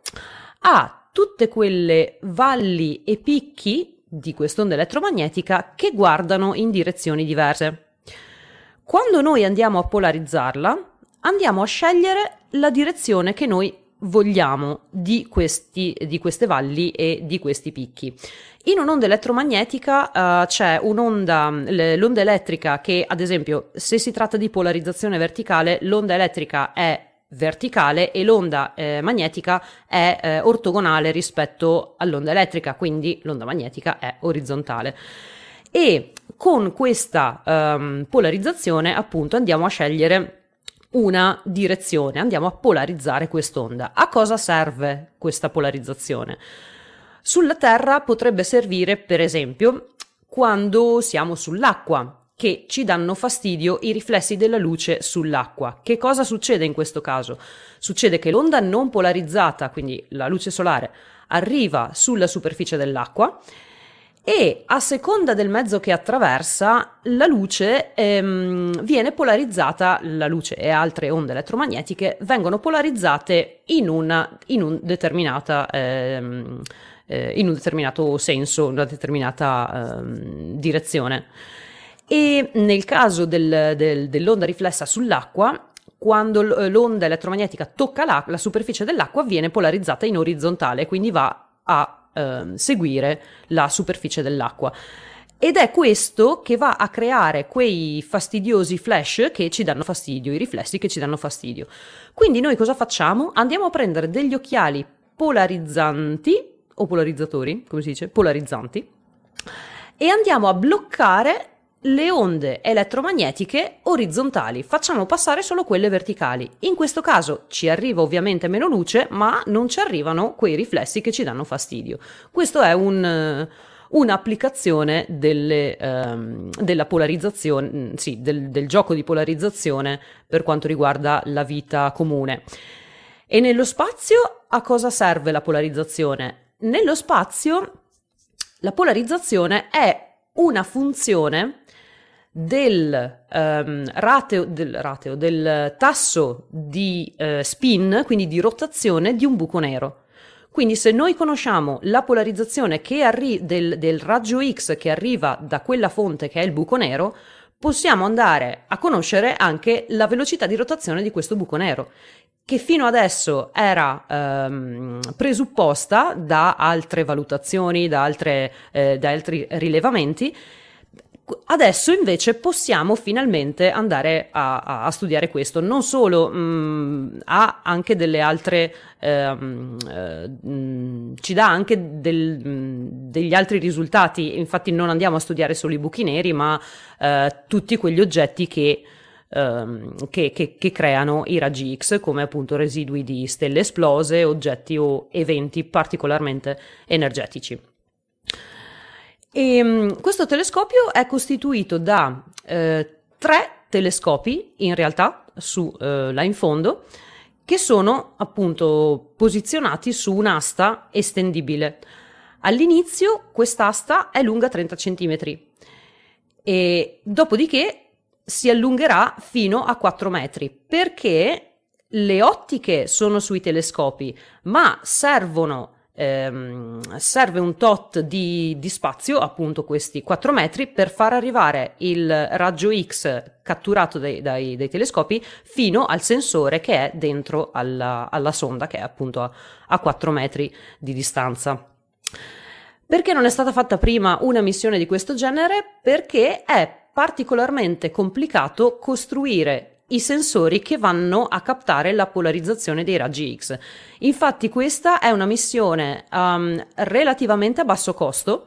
ha tutte quelle valli e picchi di quest'onda elettromagnetica che guardano in direzioni diverse. Quando noi andiamo a polarizzarla, andiamo a scegliere la direzione che noi vogliamo di, questi, di queste valli e di questi picchi. In un'onda elettromagnetica uh, c'è un'onda, l'onda elettrica che, ad esempio, se si tratta di polarizzazione verticale, l'onda elettrica è verticale e l'onda eh, magnetica è eh, ortogonale rispetto all'onda elettrica, quindi l'onda magnetica è orizzontale. E con questa um, polarizzazione, appunto, andiamo a scegliere una direzione, andiamo a polarizzare quest'onda. A cosa serve questa polarizzazione? Sulla Terra potrebbe servire, per esempio, quando siamo sull'acqua, che ci danno fastidio i riflessi della luce sull'acqua. Che cosa succede in questo caso? Succede che l'onda non polarizzata, quindi la luce solare, arriva sulla superficie dell'acqua e a seconda del mezzo che attraversa la luce ehm, viene polarizzata, la luce e altre onde elettromagnetiche vengono polarizzate in una in un determinata ehm, eh, in un determinato senso, in una determinata ehm, direzione. E nel caso del, del, dell'onda riflessa sull'acqua, quando l'onda elettromagnetica tocca la, la superficie dell'acqua, viene polarizzata in orizzontale, quindi va a Uh, seguire la superficie dell'acqua, ed è questo che va a creare quei fastidiosi flash che ci danno fastidio, i riflessi che ci danno fastidio. Quindi noi cosa facciamo? Andiamo a prendere degli occhiali polarizzanti o polarizzatori, come si dice? Polarizzanti, e andiamo a bloccare le onde elettromagnetiche orizzontali, facciamo passare solo quelle verticali. In questo caso ci arriva ovviamente meno luce, ma non ci arrivano quei riflessi che ci danno fastidio. Questo è un, un'applicazione delle, um, della polarizzazione, sì, del, del gioco di polarizzazione per quanto riguarda la vita comune. E nello spazio a cosa serve la polarizzazione? Nello spazio la polarizzazione è una funzione del, um, rateo, del rateo, del tasso di uh, spin, quindi di rotazione di un buco nero. Quindi se noi conosciamo la polarizzazione che arri- del, del raggio X che arriva da quella fonte che è il buco nero, possiamo andare a conoscere anche la velocità di rotazione di questo buco nero, che fino adesso era um, presupposta da altre valutazioni, da, altre, eh, da altri rilevamenti. Adesso invece possiamo finalmente andare a, a, a studiare questo. Non solo, mh, ha anche delle altre, eh, mh, ci dà anche del, mh, degli altri risultati. Infatti non andiamo a studiare solo i buchi neri, ma eh, tutti quegli oggetti che, ehm, che, che, che creano i raggi X, come appunto residui di stelle esplose, oggetti o eventi particolarmente energetici. E questo telescopio è costituito da eh, tre telescopi, in realtà, su eh, là in fondo, che sono appunto posizionati su un'asta estendibile. All'inizio quest'asta è lunga trenta centimetri e dopodiché si allungherà fino a quattro metri, perché le ottiche sono sui telescopi, ma servono Ehm, serve un tot di, di spazio, appunto questi quattro metri, per far arrivare il raggio X catturato dai, dai, dai telescopi fino al sensore che è dentro alla, alla sonda, che è appunto a, a quattro metri di distanza. Perché non è stata fatta prima una missione di questo genere? Perché è particolarmente complicato costruire i sensori che vanno a captare la polarizzazione dei raggi X. Infatti questa è una missione um, relativamente a basso costo,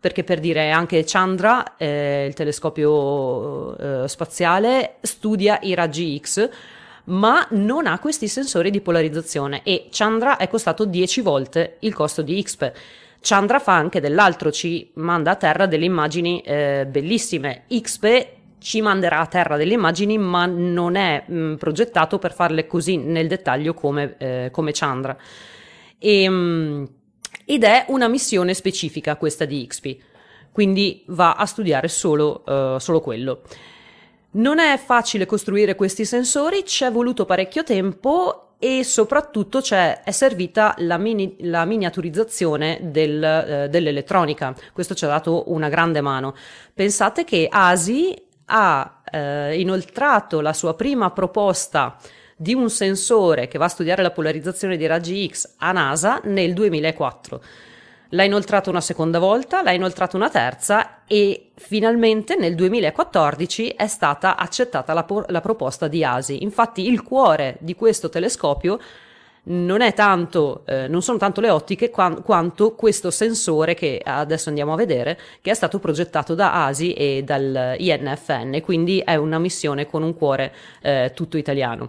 perché per dire anche Chandra, eh, il telescopio eh, spaziale, studia i raggi X, ma non ha questi sensori di polarizzazione, e Chandra è costato dieci volte il costo di X P. Chandra fa anche dell'altro, ci manda a terra delle immagini eh, bellissime. X P ci manderà a terra delle immagini, ma non è mh, progettato per farle così nel dettaglio come, eh, come Chandra. E, mh, ed è una missione specifica questa di X P, quindi va a studiare solo, uh, solo quello. Non è facile costruire questi sensori, ci è voluto parecchio tempo e soprattutto c'è, è servita la, mini, la miniaturizzazione del, eh, dell'elettronica. Questo ci ha dato una grande mano. Pensate che A S I ha eh, inoltrato la sua prima proposta di un sensore che va a studiare la polarizzazione dei raggi X a NASA nel duemilaquattro. L'ha inoltrato una seconda volta, l'ha inoltrato una terza e finalmente nel duemilaquattordici è stata accettata la, por- la proposta di A S I. Infatti il cuore di questo telescopio non è tanto, eh, non sono tanto le ottiche qua- quanto questo sensore che adesso andiamo a vedere, che è stato progettato da A S I e dal I N F N, quindi è una missione con un cuore eh, tutto italiano.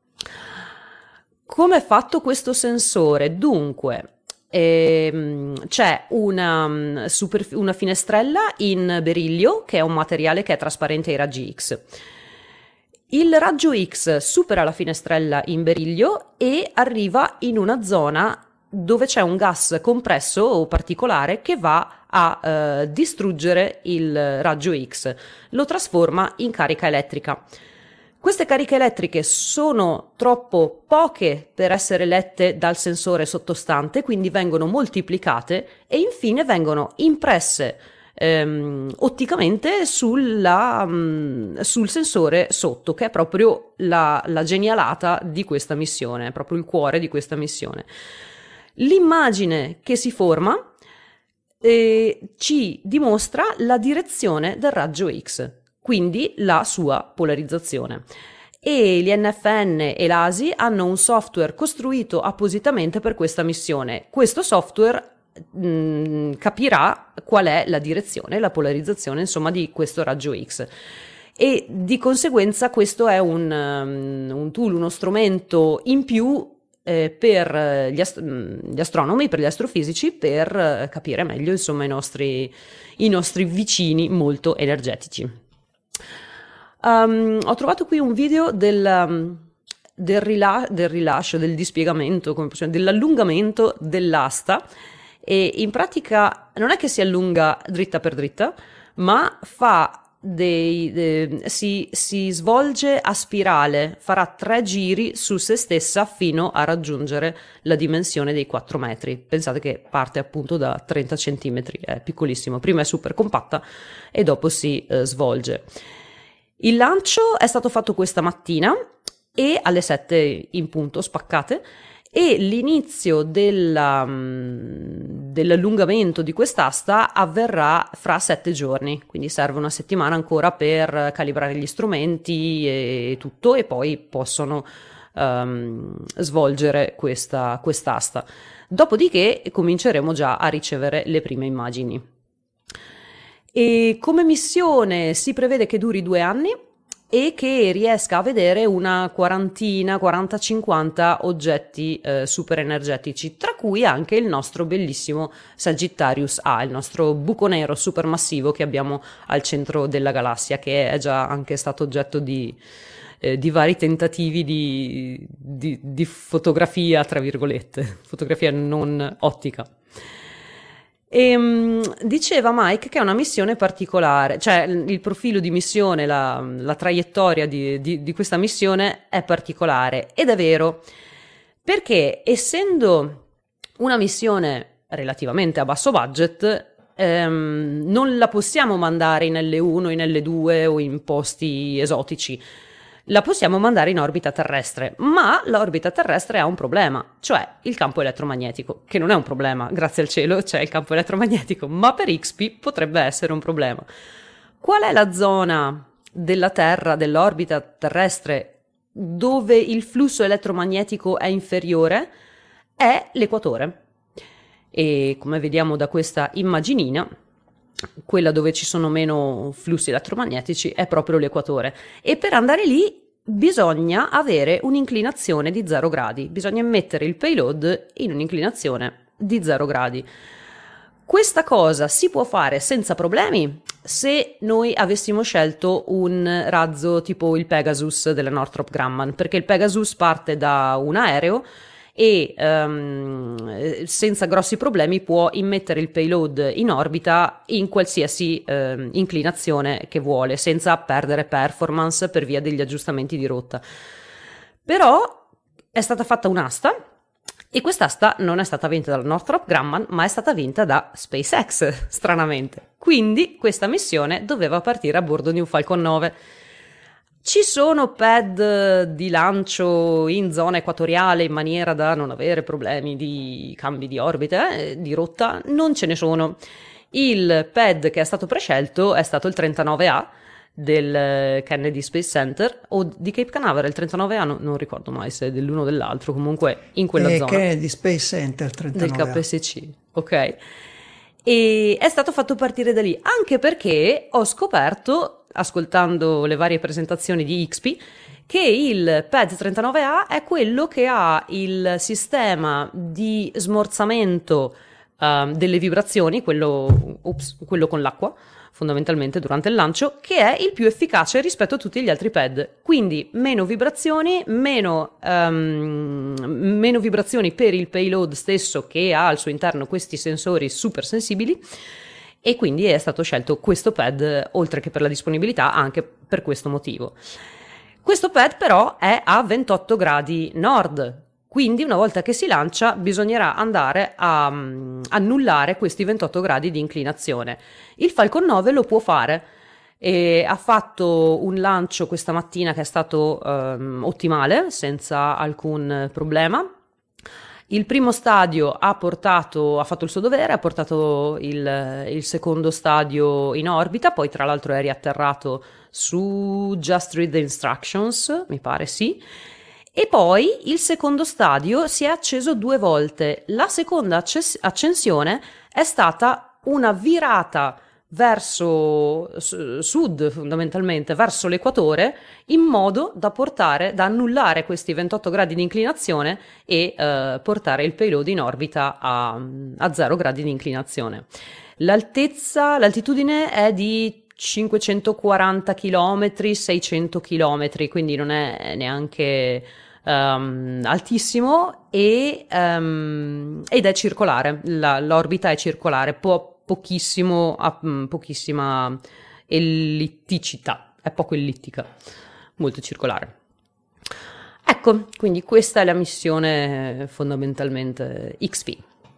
Come è fatto questo sensore? Dunque, ehm, c'è una, super, una finestrella in berillio, che è un materiale che è trasparente ai raggi X. Il raggio X supera la finestrella in berillio e arriva in una zona dove c'è un gas compresso o particolare che va a eh, distruggere il raggio X, lo trasforma in carica elettrica. Queste cariche elettriche sono troppo poche per essere lette dal sensore sottostante, quindi vengono moltiplicate e infine vengono impresse ehm, otticamente sulla, mh, sul sensore sotto, che è proprio la, la genialata di questa missione, è proprio il cuore di questa missione. L'immagine che si forma eh, ci dimostra la direzione del raggio X, quindi la sua polarizzazione. E l'I N F N e l'A S I hanno un software costruito appositamente per questa missione. Questo software mh, capirà qual è la direzione, la polarizzazione, insomma, di questo raggio X. E di conseguenza questo è un, um, un tool, uno strumento in più eh, per gli, ast- gli astronomi, per gli astrofisici, per eh, capire meglio, insomma, i nostri, i nostri vicini molto energetici. Um, ho trovato qui un video del, um, del, rila- del rilascio, del dispiegamento, come possiamo, dell'allungamento dell'asta, e in pratica non è che si allunga dritta per dritta, ma fa dei, de- si, si svolge a spirale, farà tre giri su se stessa fino a raggiungere la dimensione dei quattro metri. Pensate che parte appunto da trenta centimetri, è piccolissimo, prima è super compatta e dopo si eh, svolge. Il lancio è stato fatto questa mattina e alle sette in punto, spaccate, e l'inizio della, dell'allungamento di quest'asta avverrà fra sette giorni, quindi serve una settimana ancora per calibrare gli strumenti e tutto, e poi possono um, svolgere questa quest'asta. Dopodiché cominceremo già a ricevere le prime immagini. E come missione si prevede che duri due anni e che riesca a vedere una quarantina, quaranta cinquanta oggetti eh, super energetici, tra cui anche il nostro bellissimo Sagittarius A, il nostro buco nero supermassivo che abbiamo al centro della galassia, che è già anche stato oggetto di, eh, di vari tentativi di, di, di fotografia, tra virgolette, fotografia non ottica. E, um, diceva Mike che è una missione particolare, cioè il profilo di missione, la, la traiettoria di, di, di questa missione è particolare, ed è vero, perché essendo una missione relativamente a basso budget, ehm, non la possiamo mandare in L uno, in L due o in posti esotici. La possiamo mandare in orbita terrestre, ma l'orbita terrestre ha un problema, cioè il campo elettromagnetico, che non è un problema, grazie al cielo c'è il campo elettromagnetico, ma per X P potrebbe essere un problema. Qual è la zona della Terra, dell'orbita terrestre, dove il flusso elettromagnetico è inferiore? È l'equatore. E come vediamo da questa immaginina, quella dove ci sono meno flussi elettromagnetici, è proprio l'equatore. E per andare lì bisogna avere un'inclinazione di zero gradi, bisogna mettere il payload in un'inclinazione di zero gradi. Questa cosa si può fare senza problemi se noi avessimo scelto un razzo tipo il Pegasus della Northrop Grumman, perché il Pegasus parte da un aereo e um, senza grossi problemi può immettere il payload in orbita in qualsiasi um, inclinazione che vuole, senza perdere performance per via degli aggiustamenti di rotta. Però è stata fatta un'asta, e quest'asta non è stata vinta dalla Northrop Grumman, ma è stata vinta da SpaceX, stranamente. Quindi questa missione doveva partire a bordo di un Falcon nove. Ci sono pad di lancio in zona equatoriale in maniera da non avere problemi di cambi di orbita, eh, di rotta? Non ce ne sono. Il pad che è stato prescelto è stato il trentanove A del Kennedy Space Center, o di Cape Canaveral. Il trentanove A no, non ricordo mai se è dell'uno o dell'altro, comunque in quella eh, zona. Kennedy Space Center trentanove A. Del K S C, ok. E è stato fatto partire da lì, anche perché ho scoperto, ascoltando le varie presentazioni di X P, che il pad trentanove A è quello che ha il sistema di smorzamento uh, delle vibrazioni, quello, ups, quello con l'acqua, fondamentalmente durante il lancio, che è il più efficace rispetto a tutti gli altri pad. Quindi meno vibrazioni, meno, um, meno vibrazioni per il payload stesso, che ha al suo interno questi sensori super sensibili, e quindi è stato scelto questo pad, oltre che per la disponibilità, anche per questo motivo. Questo pad però è a ventotto gradi nord, quindi una volta che si lancia bisognerà andare a um, annullare questi ventotto gradi di inclinazione. Il Falcon nove lo può fare e ha fatto un lancio questa mattina che è stato um, ottimale, senza alcun problema. Il primo stadio ha portato, ha fatto il suo dovere, ha portato il, il secondo stadio in orbita, poi tra l'altro è riatterrato su Just Read the Instructions, mi pare sì. E poi il secondo stadio si è acceso due volte. La seconda acces- accensione è stata una virata verso s- sud, fondamentalmente, verso l'equatore, in modo da portare, da annullare questi ventotto gradi di inclinazione e eh, portare il payload in orbita a, a zero gradi di inclinazione. L'altezza, l'altitudine è di cinquecentoquaranta chilometri, seicento chilometri, quindi non è neanche um, altissimo, e, um, ed è circolare, La, l'orbita è circolare, può pochissimo, pochissima ellitticità, è poco ellittica, molto circolare. Ecco, quindi questa è la missione fondamentalmente X P.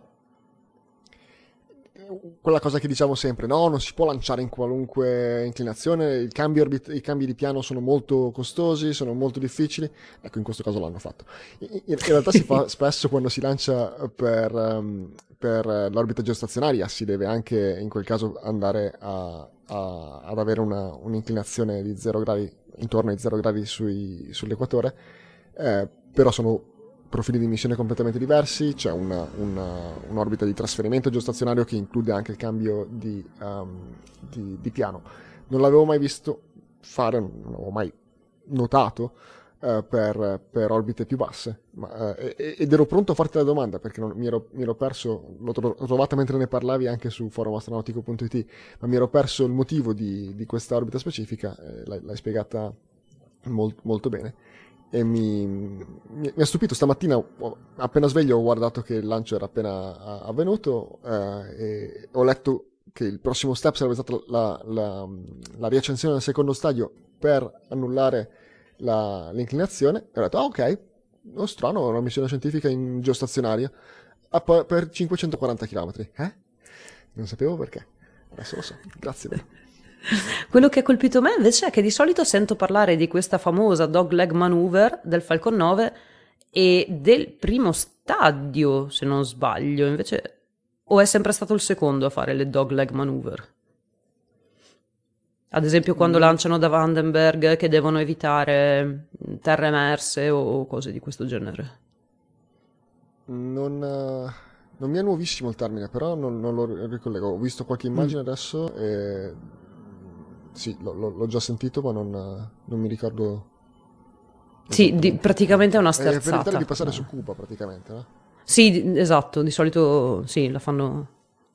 Quella cosa che diciamo sempre, no, non si può lanciare in qualunque inclinazione, il cambio orbit- i cambi di piano sono molto costosi, sono molto difficili. Ecco, in questo caso l'hanno fatto. In, in realtà si fa spesso quando si lancia per, um, per l'orbita geostazionaria, si deve anche in quel caso andare a, a, ad avere una, un'inclinazione di zero gradi, intorno ai zero gradi sui, sull'equatore, eh, però sono profili di missione completamente diversi. C'è una, una, un'orbita di trasferimento geostazionario che include anche il cambio di, um, di, di piano. Non l'avevo mai visto fare, non l'avevo mai notato uh, per, per orbite più basse, ma, uh, ed ero pronto a farti la domanda perché non, mi, ero, mi ero perso, l'ho, tro- l'ho trovata mentre ne parlavi anche su forum astronautico punto it, ma mi ero perso il motivo di, di questa orbita specifica, eh, l'hai, l'hai spiegata molt, molto bene. E mi, mi, mi ha stupito stamattina, appena sveglio ho guardato che il lancio era appena avvenuto, eh, e ho letto che il prossimo step sarebbe stata la, la, la riaccensione del secondo stadio per annullare la, l'inclinazione, e ho detto ah ok, no, strano, una missione scientifica in geostazionaria per cinquecentoquaranta chilometri, eh? Non sapevo perché, adesso lo so, grazie bene. Quello che ha colpito me invece è che di solito sento parlare di questa famosa dogleg maneuver del Falcon nove e del primo stadio, se non sbaglio, invece, o è sempre stato il secondo a fare le dogleg maneuver? Ad esempio quando mm. lanciano da Vandenberg che devono evitare terre emerse o cose di questo genere. Non, Non mi è nuovissimo il termine, però non, non lo ricollego. Ho visto qualche immagine mm. adesso e sì, lo, lo, l'ho già sentito, ma non, non mi ricordo. Sì, di, praticamente è una sterzata. È per evitare di passare su Cuba, praticamente, no? Sì, esatto, di solito sì, la fanno.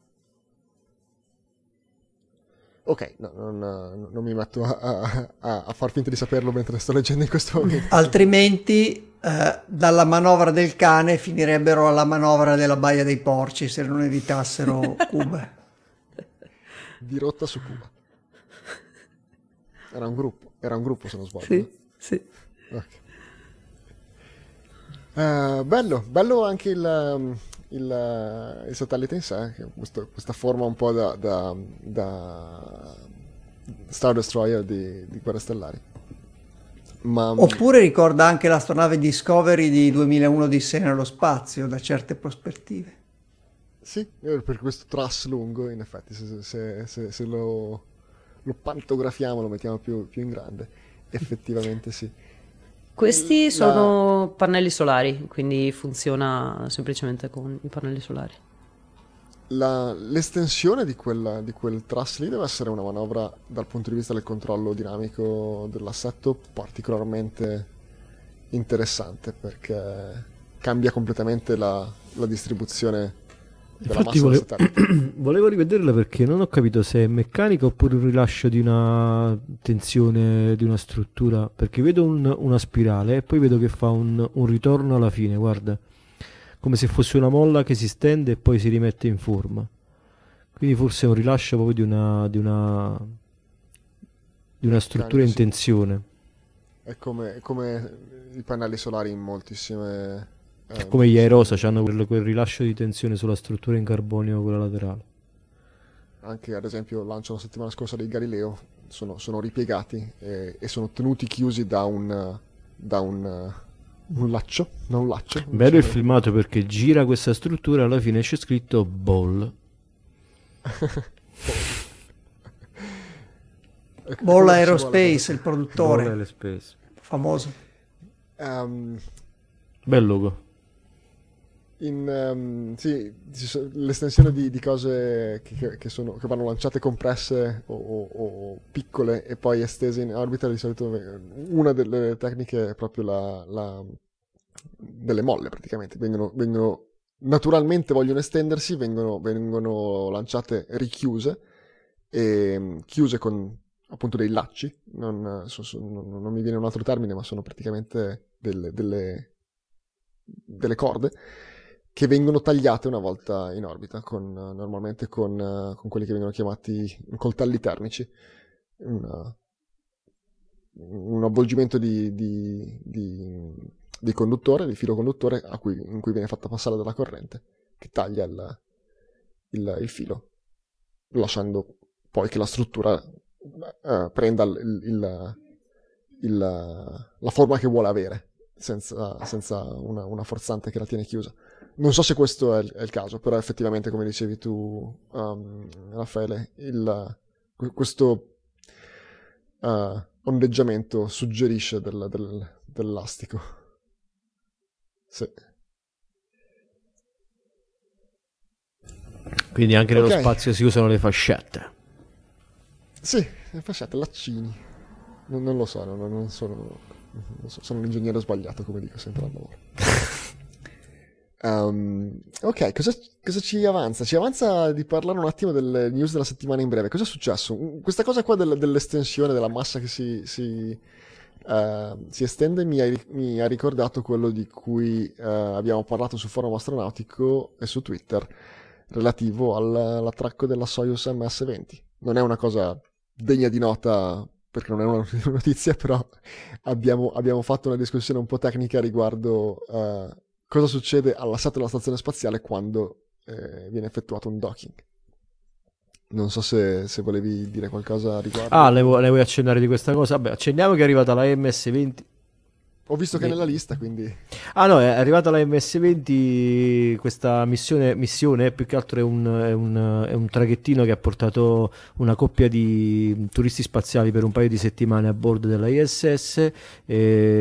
Ok, no, non, non mi metto a, a, a far finta di saperlo mentre sto leggendo in questo momento. Altrimenti eh, dalla manovra del cane finirebbero alla manovra della Baia dei Porci se non evitassero Cuba. Di rotta su Cuba. Era un gruppo, era un gruppo se non sbaglio. Sì, no? sì. Okay. Uh, bello, bello anche il, il, il satellite in sé, questo, questa forma un po' da, da, da Star Destroyer di, di Guerre Stellari. Ma... Oppure ricorda anche l'astronave Discovery di duemilauno Odissea nello spazio, da certe prospettive. Sì, per questo truss lungo, in effetti, se, se, se, se lo, lo pantografiamo, lo mettiamo più, più in grande, effettivamente sì. Questi La... sono pannelli solari, quindi funziona semplicemente con i pannelli solari. La, l'estensione di quel, di quel truss lì deve essere una manovra dal punto di vista del controllo dinamico dell'assetto particolarmente interessante, perché cambia completamente la, la distribuzione della Infatti massa volevo, del satellite. volevo rivederla perché non ho capito se è meccanica oppure un rilascio di una tensione di una struttura, perché vedo un, una spirale e poi vedo che fa un, un ritorno alla fine, guarda, come se fosse una molla che si stende e poi si rimette in forma, quindi forse è un rilascio proprio di una di una, di una struttura in tensione. È come, è come i pannelli solari in moltissime eh, come gli Aerosa hanno quel, quel rilascio di tensione sulla struttura in carbonio, quella laterale. Anche ad esempio il lancio la settimana scorsa di Galileo sono, sono ripiegati e, e sono tenuti chiusi da un da un un laccio, da un laccio. Bello il filmato perché gira questa struttura e alla fine c'è scritto Ball. Ball Aerospace, il produttore. Ball Aerospace. Famoso. Um, Bel logo. In, um, sì, l'estensione di, di cose che, che, sono, che vanno lanciate compresse o, o, o piccole e poi estese in orbita, di solito una delle tecniche è proprio la, la delle molle, praticamente vengono, vengono naturalmente vogliono estendersi, vengono, vengono lanciate richiuse e chiuse con appunto dei lacci, non, so, so, non, non mi viene un altro termine, ma sono praticamente delle, delle, delle corde che vengono tagliate una volta in orbita, con, normalmente con, con quelli che vengono chiamati coltelli termici, una, un avvolgimento di, di, di, di conduttore, di filo conduttore a cui, in cui viene fatta passare della corrente, che taglia il, il, il filo, lasciando poi che la struttura eh, prenda il, il, il, la forma che vuole avere, senza, senza una, una forzante che la tiene chiusa. Non so se questo è il, è il caso, però effettivamente, come dicevi tu, um, Raffaele, il, questo uh, ondeggiamento suggerisce del, del, dell'elastico. Sì. Quindi anche nello okay. spazio si usano le fascette. Sì, le fascette, laccini. Non, non lo so, non, non, sono, non so, sono un ingegnere sbagliato, come dico sempre al lavoro. Um, ok, cosa, cosa ci avanza? Ci avanza di parlare un attimo delle news della settimana in breve. Cosa è successo? Questa cosa qua del, dell'estensione della massa che si, si, uh, si estende mi ha, mi ha ricordato quello di cui uh, abbiamo parlato sul forum astronautico e su Twitter relativo all, all'attracco della Soyuz M S venti. Non è una cosa degna di nota perché non è una notizia, però abbiamo, abbiamo fatto una discussione un po' tecnica riguardo uh, cosa succede all'assetto della stazione spaziale quando eh, viene effettuato un docking. Non so se, se volevi dire qualcosa a riguardo. Ah, le, vu- le vuoi accennare di questa cosa? Vabbè, accenniamo che è arrivata la M S venti. Ho visto che è nella lista, quindi... Ah no, è arrivata la M S venti, questa missione, missione più che altro è un, è, un, è un traghettino che ha portato una coppia di turisti spaziali per un paio di settimane a bordo della I S S e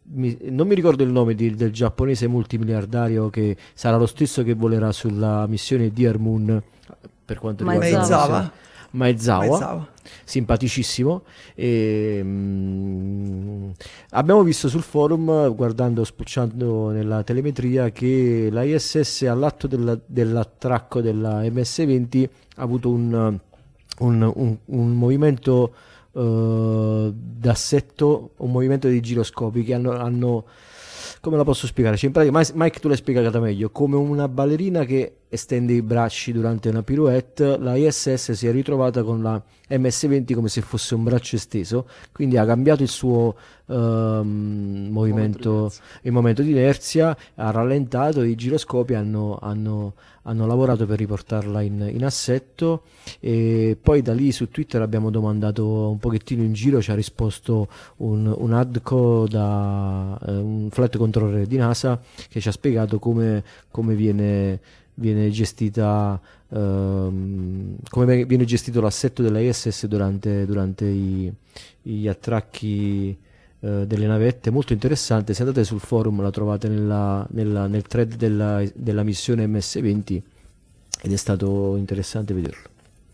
mi, non mi ricordo il nome di, del giapponese multimiliardario che sarà lo stesso che volerà sulla missione Dear Moon per quanto riguarda Maezawa. Maezawa, Maezawa. simpaticissimo. E, mm, abbiamo visto sul forum, guardando, spulciando nella telemetria, che la I S S all'atto della, dell'attracco della M S venti ha avuto un, un, un, un movimento uh, d'assetto, un movimento di giroscopi che hanno, hanno come la posso spiegare? Cioè, in pratica, Mike, tu l'hai spiegata meglio. Come una ballerina che estende i bracci durante una pirouette, la I S S si è ritrovata con la M S venti come se fosse un braccio esteso, quindi ha cambiato il suo um, movimento, il momento di inerzia, ha rallentato, i giroscopi hanno, hanno, hanno lavorato per riportarla in, in assetto, e poi da lì su Twitter abbiamo domandato un pochettino in giro, ci ha risposto un, un ADCO, da, eh, un flight controller di NASA, che ci ha spiegato come, come viene viene gestita um, come viene gestito l'assetto della I S S durante, durante i, gli attracchi uh, delle navette. Molto interessante, se andate sul forum la trovate nella, nella, nel thread della, della missione M S venti, ed è stato interessante vederlo.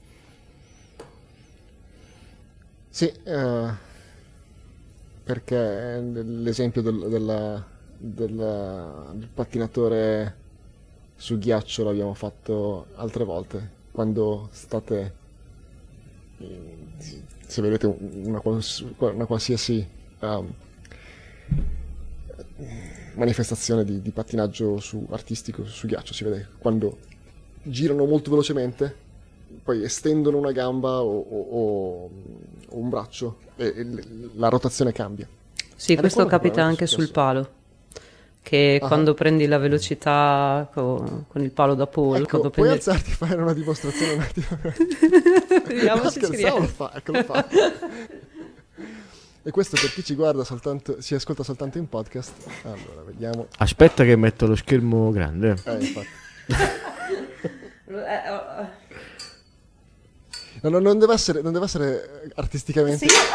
Sì, uh, perché l'esempio del, della, della, del pattinatore su ghiaccio l'abbiamo fatto altre volte, quando state, se vedete una, una qualsiasi um, manifestazione di, di pattinaggio su, artistico su ghiaccio, si vede quando girano molto velocemente, poi estendono una gamba o, o, o un braccio e, e la rotazione cambia. Sì, Ed questo capita anche sul palo, che ah. quando prendi la velocità con, con il palo da pole, ecco, quando puoi prendi... alzarti e fare una dimostrazione un attimo? Vediamo no, se scherzavo, lo fa, ecco, lo fa. E questo per chi ci guarda soltanto, si ascolta soltanto in podcast. Allora, vediamo. Aspetta che metto lo schermo grande. Eh, infatti. No, no, non deve essere, non deve essere artisticamente... Sì.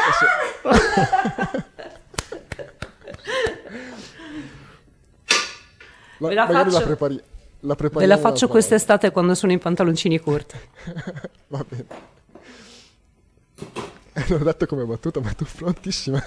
La, Ve la magari faccio, la prepari, la ve la faccio quest'estate quando sono in pantaloncini corti. Va bene. L'ho detto come battuta, ma tu prontissima.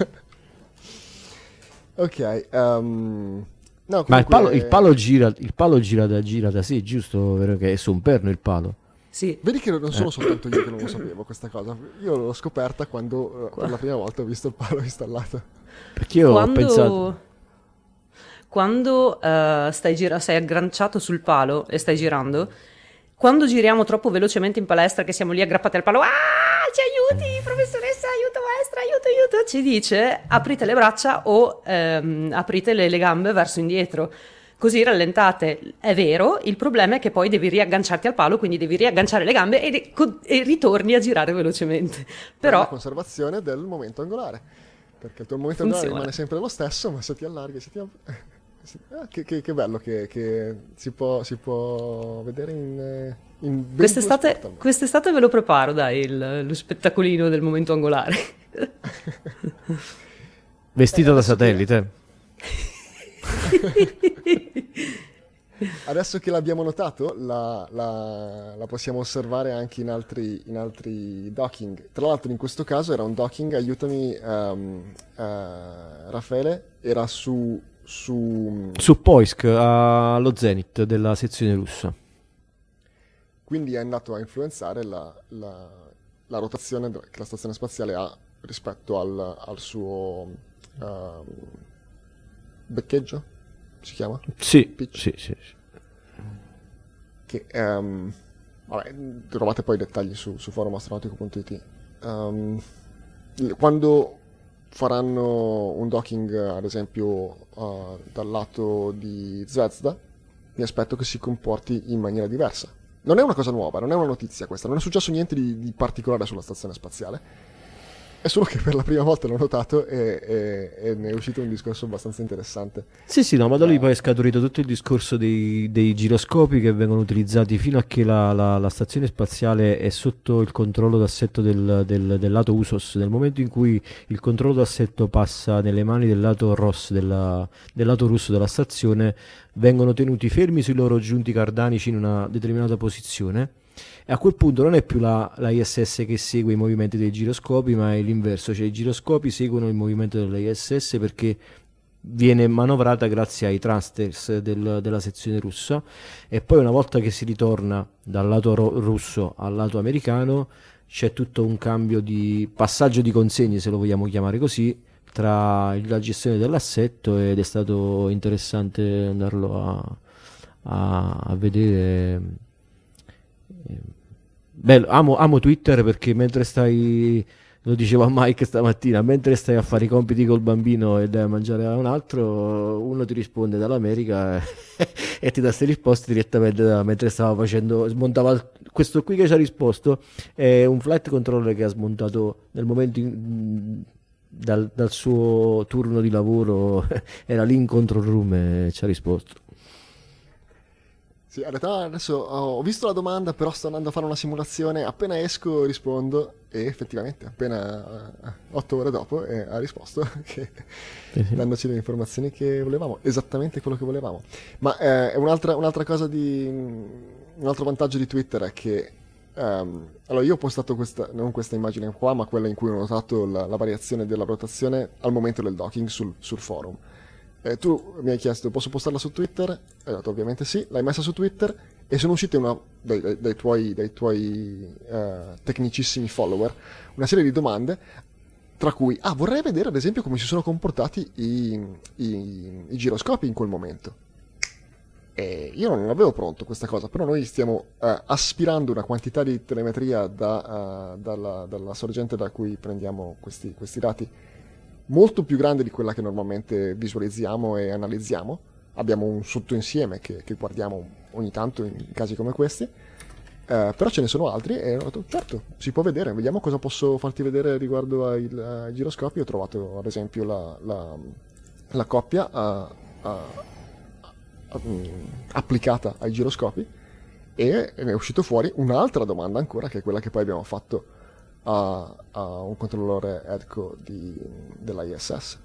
Ok. Um, no, comunque... Ma il palo, il palo gira, il palo gira da, gira da sé, giusto? Vero che è su un perno il palo? Sì. Vedi che non sono soltanto io che non lo sapevo questa cosa. Io l'ho scoperta quando uh, per la prima volta ho visto il palo installato. Perché io quando... ho pensato... Quando uh, stai gira- sei agganciato sul palo e stai girando, quando giriamo troppo velocemente in palestra, che siamo lì aggrappati al palo, ah, ci aiuti, professoressa, aiuto maestra, aiuto, aiuto, ci dice aprite le braccia o ehm, aprite le, le gambe verso indietro, così rallentate. È vero, il problema è che poi devi riagganciarti al palo, quindi devi riagganciare le gambe e, ri- e ritorni a girare velocemente. Però la conservazione del momento angolare, perché il tuo momento angolare rimane sempre lo stesso, ma se ti allarghi, se ti... Ah, che, che, che bello che, che si, può, si può vedere in, in quest'estate, quest'estate ve lo preparo, dai, il, lo spettacolino del momento angolare. Vestito eh, da satellite. Che... Adesso che l'abbiamo notato, la, la, la possiamo osservare anche in altri, in altri docking. Tra l'altro in questo caso era un docking, aiutami um, uh, Raffaele, era su... Su... su Poisk, allo Zenit della sezione russa. Quindi è andato a influenzare la, la, la rotazione che la stazione spaziale ha rispetto al, al suo uh, beccheggio, si chiama? Sì, Pitch. sì, sì, sì. Che, um, vabbè, trovate poi i dettagli su, su forum astronautico punto it. Um, quando faranno un docking, ad esempio, uh, dal lato di Zvezda, mi aspetto che si comporti in maniera diversa. Non è una cosa nuova, non è una notizia questa, non è successo niente di, di particolare sulla stazione spaziale, È solo che per la prima volta l'ho notato e, e, e ne è uscito un discorso abbastanza interessante. Sì, sì, no, ma da lì poi è scaturito tutto il discorso dei, dei giroscopi che vengono utilizzati fino a che la, la, la stazione spaziale è sotto il controllo d'assetto del, del, del lato U S O S. Nel momento in cui il controllo d'assetto passa nelle mani del lato R O S, della, del lato russo della stazione, vengono tenuti fermi sui loro giunti cardanici in una determinata posizione. E a quel punto non è più la, la I S S che segue i movimenti dei giroscopi, ma è l'inverso, cioè i giroscopi seguono il movimento della I S S perché viene manovrata grazie ai thrusters del, della sezione russa, e poi una volta che si ritorna dal lato ro- russo al lato americano c'è tutto un cambio di passaggio di consegne, se lo vogliamo chiamare così, tra la gestione dell'assetto, ed è stato interessante andarlo a, a, a vedere. Bello, amo, amo Twitter perché mentre stai, lo dicevo a Mike stamattina, mentre stai a fare i compiti col bambino e dai a mangiare a un altro, uno ti risponde dall'America e ti dà queste risposte direttamente da, mentre stava facendo, smontava il, questo qui che ci ha risposto è un flight controller che ha smontato nel momento in, dal, dal suo turno di lavoro, era lì in control room e ci ha risposto. Sì, in realtà adesso ho visto la domanda, però sto andando a fare una simulazione, appena esco rispondo, e effettivamente appena uh, otto ore dopo eh, ha risposto, che, sì, sì. dandoci le informazioni che volevamo, esattamente quello che volevamo. Ma eh, un'altra, un'altra cosa di... un altro vantaggio di Twitter è che um, allora io ho postato questa, non questa immagine qua, ma quella in cui ho notato la, la variazione della rotazione al momento del docking sul, sul forum. Eh, tu mi hai chiesto, posso postarla su Twitter? E ho detto ovviamente sì, l'hai messa su Twitter e sono uscite una, dai, dai, dai tuoi, dai tuoi uh, tecnicissimi follower una serie di domande, tra cui, ah, vorrei vedere ad esempio come si sono comportati i, i, i giroscopi in quel momento. E io non avevo pronto questa cosa, però noi stiamo uh, aspirando una quantità di telemetria da, uh, dalla, dalla sorgente da cui prendiamo questi, questi dati molto più grande di quella che normalmente visualizziamo e analizziamo. Abbiamo un sottoinsieme che, che guardiamo ogni tanto in casi come questi, eh, però ce ne sono altri e ho detto certo, si può vedere, vediamo cosa posso farti vedere riguardo ai, ai giroscopi. Ho trovato ad esempio la, la, la coppia a, a, a, applicata ai giroscopi, e ne è uscito fuori un'altra domanda ancora, che è quella che poi abbiamo fatto A, a un controllore EDCO di, della I S S,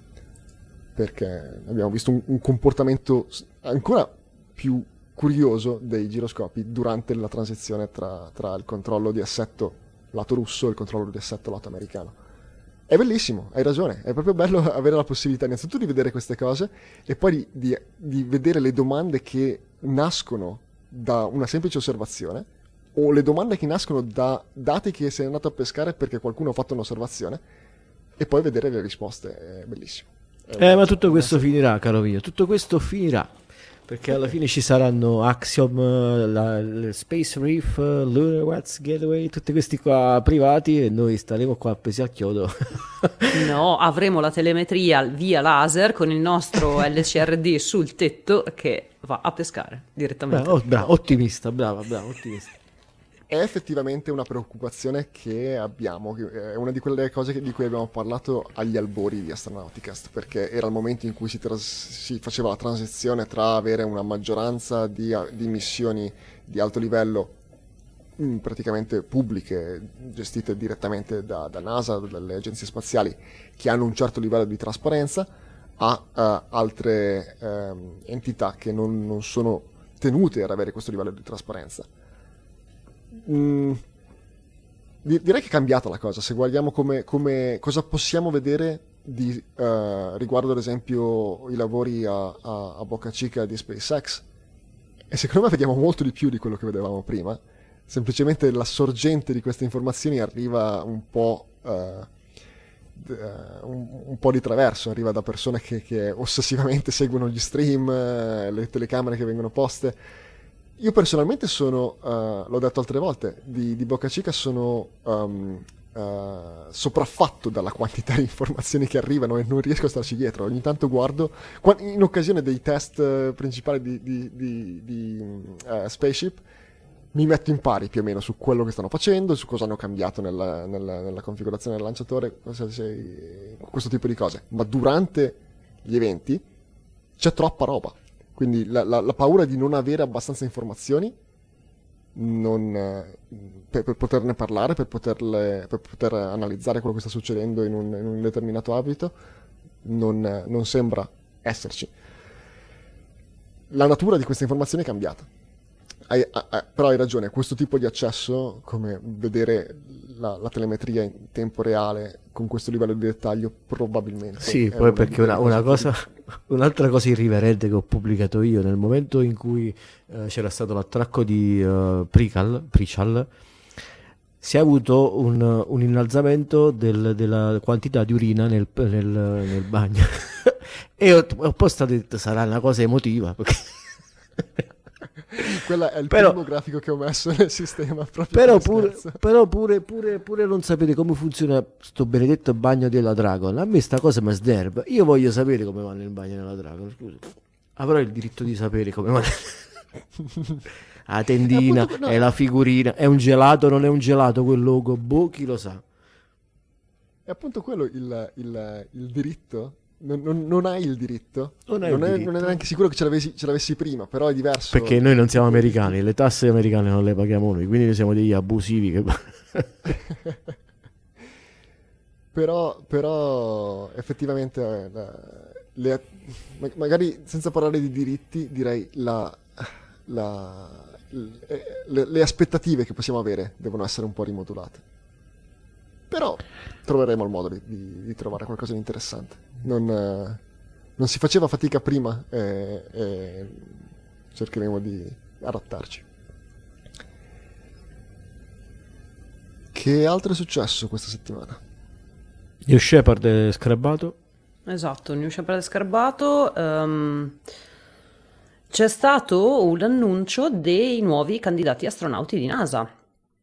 perché abbiamo visto un, un comportamento ancora più curioso dei giroscopi durante la transizione tra, tra il controllo di assetto lato russo e il controllo di assetto lato americano. È bellissimo, hai ragione, è proprio bello avere la possibilità innanzitutto di vedere queste cose e poi di, di, di vedere le domande che nascono da una semplice osservazione, o le domande che nascono da dati che sei andato a pescare perché qualcuno ha fatto un'osservazione, e poi vedere le risposte. È bellissimo. È eh, ma tutto questo finirà, caro mio, tutto questo finirà, perché alla fine ci saranno Axiom, la, la Space Reef, Lunar Watts Gateway, tutti questi qua privati, e noi staremo qua appesi al chiodo. No, avremo la telemetria via laser con il nostro L C R D sul tetto che va a pescare direttamente. Brava, oh, brava, ottimista, brava, brava, ottimista. È effettivamente una preoccupazione che abbiamo, è una di quelle cose di cui abbiamo parlato agli albori di Astronauticast, perché era il momento in cui si, tras- si faceva la transizione tra avere una maggioranza di, di missioni di alto livello mh, praticamente pubbliche, gestite direttamente da, da NASA, dalle agenzie spaziali, che hanno un certo livello di trasparenza, a uh, altre um, entità che non, non sono tenute ad avere questo livello di trasparenza. Mm, direi che è cambiata la cosa. Se guardiamo come, come cosa possiamo vedere di, uh, riguardo ad esempio i lavori a, a, a Boca Chica di SpaceX, e secondo me vediamo molto di più di quello che vedevamo prima. Semplicemente la sorgente di queste informazioni arriva un po' uh, d- uh, un, un po' di traverso, arriva da persone che, che ossessivamente seguono gli stream, uh, le telecamere che vengono poste. Io personalmente sono, uh, l'ho detto altre volte, di, di Boca Chica sono um, uh, sopraffatto dalla quantità di informazioni che arrivano e non riesco a starci dietro. Ogni tanto guardo, in occasione dei test uh, principali di, di, di, di uh, Spaceship, mi metto in pari più o meno su quello che stanno facendo, su cosa hanno cambiato nella, nella, nella configurazione del lanciatore, questo tipo di cose. Ma durante gli eventi c'è troppa roba, quindi la, la, la paura di non avere abbastanza informazioni non, per, per poterne parlare, per, poterle, per poter analizzare quello che sta succedendo in un, in un determinato ambito, non, non sembra esserci. La natura di queste informazioni è cambiata. Hai, hai, però hai ragione, questo tipo di accesso, come vedere la, la telemetria in tempo reale con questo livello di dettaglio, probabilmente sì, poi perché una, una cosa, un'altra cosa irriverente che ho pubblicato io nel momento in cui uh, c'era stato l'attracco di uh, Prichal, Prichal, si è avuto un, un innalzamento del, della quantità di urina nel, nel, nel bagno e ho, ho postato, detto, sarà una cosa emotiva perché... Quella è il però, primo grafico che ho messo nel sistema proprio però, pure, però pure, pure, pure non sapete come funziona sto benedetto bagno della Dragon. A me sta cosa mi snerva. Io voglio sapere come va nel bagno della Dragon, scusa. Avrò il diritto di sapere come va. La tendina, è, appunto, no. È la figurina, è un gelato, non è un gelato quel logo, boh, chi lo sa. È appunto quello il, il, il diritto. Non, non, non hai il diritto, non, hai non, il è, diritto. Non è neanche sicuro che ce l'avessi, ce l'avessi prima, però è diverso. Perché noi non siamo americani, le tasse americane non le paghiamo noi, quindi noi siamo degli abusivi. Che... però, però effettivamente eh, le, magari senza parlare di diritti direi la, la, le, le aspettative che possiamo avere devono essere un po' rimodulate. Però troveremo il modo di, di, di trovare qualcosa di interessante. Non, eh, non si faceva fatica prima e, e cercheremo di adattarci. Che altro è successo questa settimana? New Shepard è scrabbato. Esatto, New Shepard è scrabbato. Um, c'è stato un annuncio dei nuovi candidati astronauti di NASA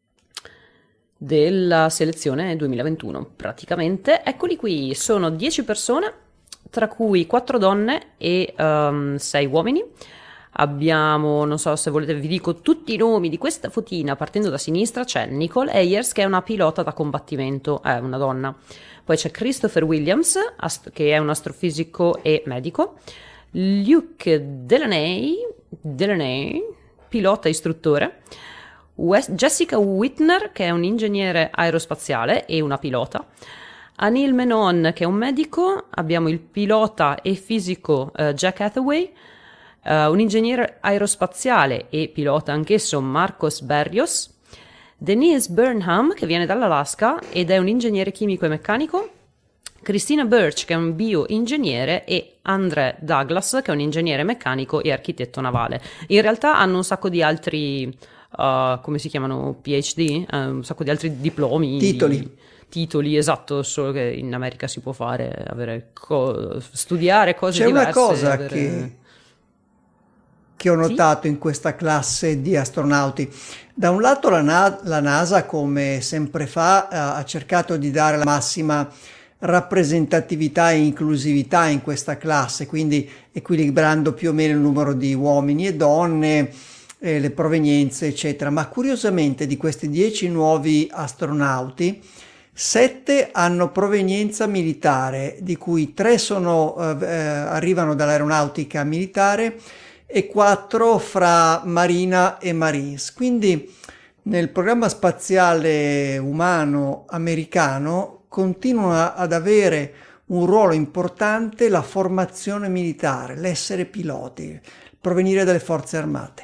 della selezione duemilaventuno. Praticamente, eccoli qui, sono dieci persone, tra cui quattro donne e um, sei uomini. Abbiamo, non so se volete vi dico tutti i nomi di questa fotina, partendo da sinistra c'è Nicole Ayers, che è una pilota da combattimento, è una donna. Poi c'è Christopher Williams, ast- che è un astrofisico e medico. Luke Delaney, Delaney pilota istruttore. West- Jessica Whitner, che è un ingegnere aerospaziale e una pilota. Anil Menon, che è un medico. Abbiamo il pilota e fisico uh, Jack Hathaway, uh, un ingegnere aerospaziale e pilota anch'esso Marcos Berrios. Denise Burnham, che viene dall'Alaska ed è un ingegnere chimico e meccanico. Christina Birch, che è un bioingegnere, e Andre Douglas, che è un ingegnere meccanico e architetto navale. In realtà hanno un sacco di altri... Uh, come si chiamano? P H D? Uh, un sacco di altri diplomi, titoli titoli, esatto, solo che in America si può fare, avere co- studiare cose c'è diverse. C'è una cosa avere... che che ho notato sì? in questa classe di astronauti. Da un lato la, Na- la NASA, come sempre fa, uh, ha cercato di dare la massima rappresentatività e inclusività in questa classe, quindi equilibrando più o meno il numero di uomini e donne, eh, le provenienze eccetera. Ma curiosamente di questi dieci nuovi astronauti, sette hanno provenienza militare, di cui tre sono, eh, arrivano dall'aeronautica militare e quattro fra Marina e Marines. Quindi nel programma spaziale umano americano continua ad avere un ruolo importante la formazione militare, l'essere piloti, provenire dalle forze armate.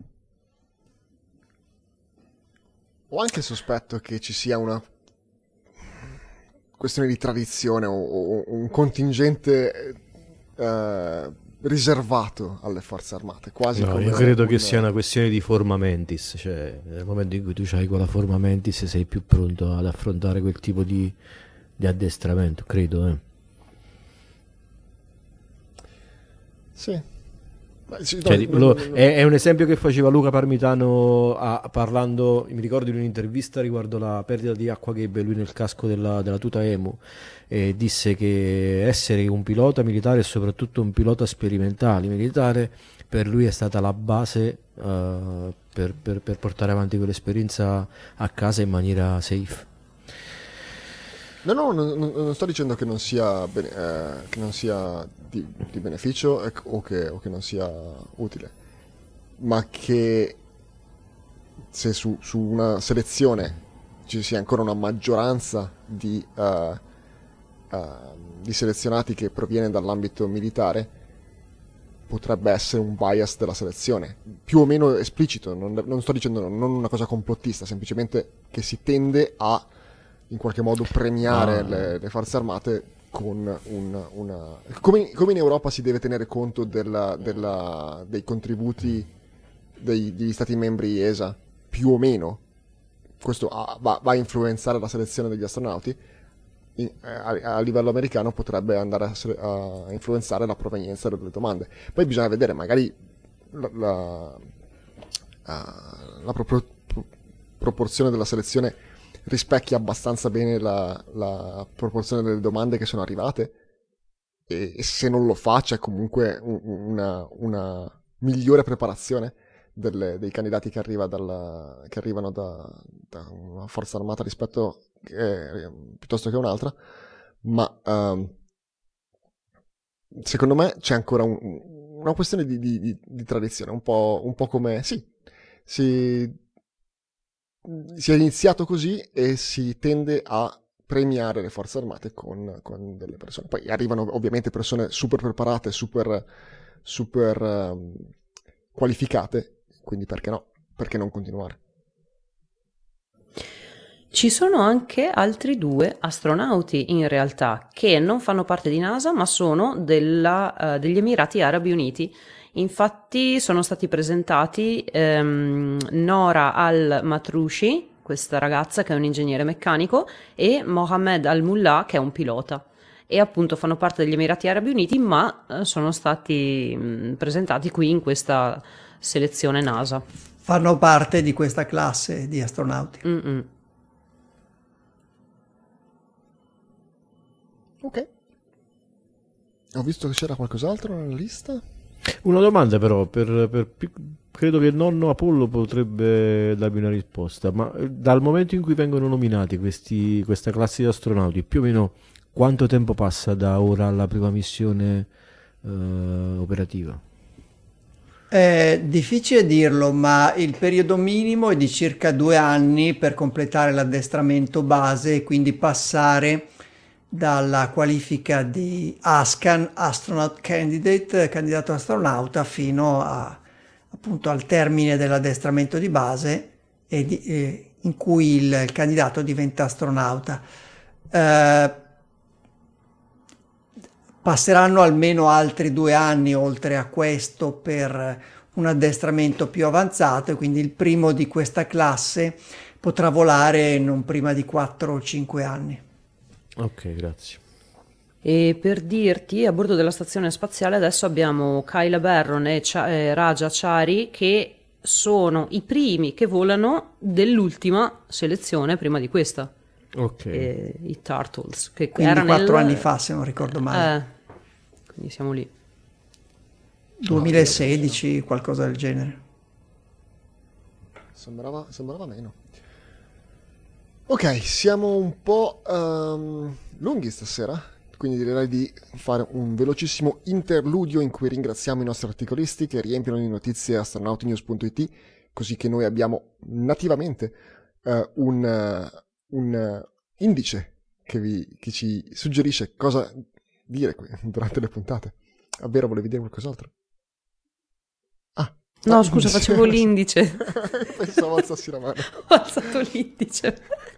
Ho anche il sospetto che ci sia una questione di tradizione o, o un contingente eh, riservato alle forze armate, quasi. No, come io credo un... che sia una questione di forma mentis, cioè nel momento in cui tu hai quella forma mentis sei più pronto ad affrontare quel tipo di, di addestramento, credo. Eh. Sì. Cioè, lo, è, è un esempio che faceva Luca Parmitano a, parlando, mi ricordo in un'intervista riguardo la perdita di acqua che ebbe lui nel casco della, della tuta Emu, e disse che essere un pilota militare e soprattutto un pilota sperimentale militare per lui è stata la base uh, per, per, per portare avanti quell'esperienza a casa in maniera safe. No, no, non, non sto dicendo che non sia, bene, eh, che non sia di, di beneficio eh, o, che, o che non sia utile, ma che se su, su una selezione ci sia ancora una maggioranza di, uh, uh, di selezionati che proviene dall'ambito militare, potrebbe essere un bias della selezione, più o meno esplicito, non, non sto dicendo non una cosa complottista, semplicemente che si tende a in qualche modo premiare ah. le, le forze armate con un, una... Come, come in Europa si deve tenere conto della, della, dei contributi dei, degli stati membri E S A, più o meno, questo ha, va, va a influenzare la selezione degli astronauti, in, a, a livello americano potrebbe andare a, a influenzare la provenienza delle domande. Poi bisogna vedere, magari la, la, la proprio, pro, proporzione della selezione rispecchia abbastanza bene la, la proporzione delle domande che sono arrivate, e, e se non lo fa c'è comunque un, una, una migliore preparazione delle, dei candidati che, arriva dalla, che arrivano da, da una forza armata rispetto eh, piuttosto che un'altra, ma um, secondo me c'è ancora un, una questione di, di, di, di tradizione, un po', un po' come sì, si si è iniziato così e si tende a premiare le forze armate con, con delle persone. Poi arrivano ovviamente persone super preparate, super, super um, qualificate, quindi perché no? Perché non continuare? Ci sono anche altri due astronauti in realtà che non fanno parte di NASA ma sono della, uh, degli Emirati Arabi Uniti. Infatti sono stati presentati ehm, Nora Al-Matrushi, questa ragazza che è un ingegnere meccanico, e Mohammed Al-Mullah, che è un pilota, e appunto fanno parte degli Emirati Arabi Uniti, ma eh, sono stati mh, presentati qui in questa selezione NASA. Fanno parte di questa classe di astronauti. Mm-mm. Ok. Ho visto che c'era qualcos'altro nella lista. Una domanda però, per, per, credo che il nonno Apollo potrebbe darmi una risposta, ma dal momento in cui vengono nominati questi, questa classe di astronauti, più o meno quanto tempo passa da ora alla prima missione eh, operativa? È difficile dirlo, ma il periodo minimo è di circa due anni per completare l'addestramento base e quindi passare dalla qualifica di ASCAN, Astronaut Candidate, candidato astronauta, fino a, appunto al termine dell'addestramento di base e di, eh, in cui il, il candidato diventa astronauta. Eh, passeranno almeno altri due anni oltre a questo per un addestramento più avanzato, e quindi il primo di questa classe potrà volare non prima di quattro o cinque anni. Ok, grazie. E per dirti, a bordo della stazione spaziale adesso abbiamo Kyla Barron e Ch- eh, Raja Chari, che sono i primi che volano dell'ultima selezione prima di questa. Ok. E, i Turtles. Che Quindi era quattro nel... anni fa, se non ricordo male. Eh, quindi siamo lì. duemilasedici, qualcosa del genere. Sembrava, sembrava meno. Ok, siamo un po' um, lunghi stasera, quindi direi di fare un velocissimo interludio in cui ringraziamo i nostri articolisti che riempiono di notizie astronautinews punto it, così che noi abbiamo nativamente uh, un, uh, un uh, indice che, vi, che ci suggerisce cosa dire qui durante le puntate. Davvero volevi dire qualcos'altro? Ah. No, ah, scusa, facevo l'indice. Pensavo alzassi la mano. Ho alzato l'indice.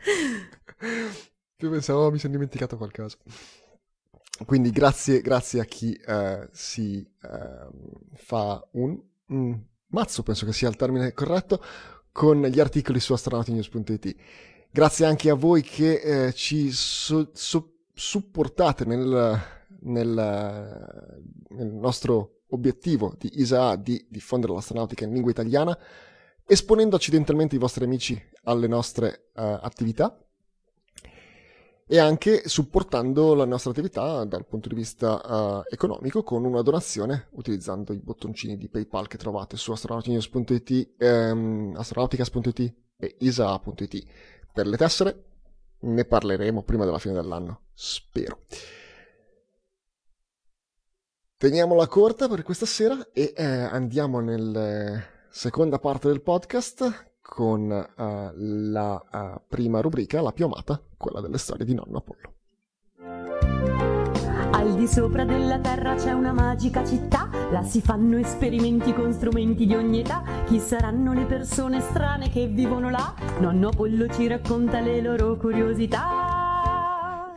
Io pensavo, mi sono dimenticato qualcosa. Quindi grazie, grazie a chi uh, si uh, fa un mm, mazzo, penso che sia il termine corretto, con gli articoli su astronautinews punto it. Grazie anche a voi che eh, ci so, so, supportate nel, nel, nel nostro obiettivo di I S A A di diffondere l'astronautica in lingua italiana, esponendo accidentalmente i vostri amici alle nostre uh, attività. e anche supportando la nostra attività dal punto di vista uh, economico con una donazione utilizzando i bottoncini di PayPal che trovate su astronautinews punto it, ehm, astronauticas punto it e isa punto it. Per le tessere ne parleremo prima della fine dell'anno, spero. Teniamola corta per questa sera e eh, andiamo nella seconda parte del podcast con uh, la uh, prima rubrica, la più amata, quella delle storie di nonno Apollo. Al di sopra della terra c'è una magica città, là si fanno esperimenti con strumenti di ogni età. Chi saranno le persone strane che vivono là? Nonno Apollo ci racconta le loro curiosità.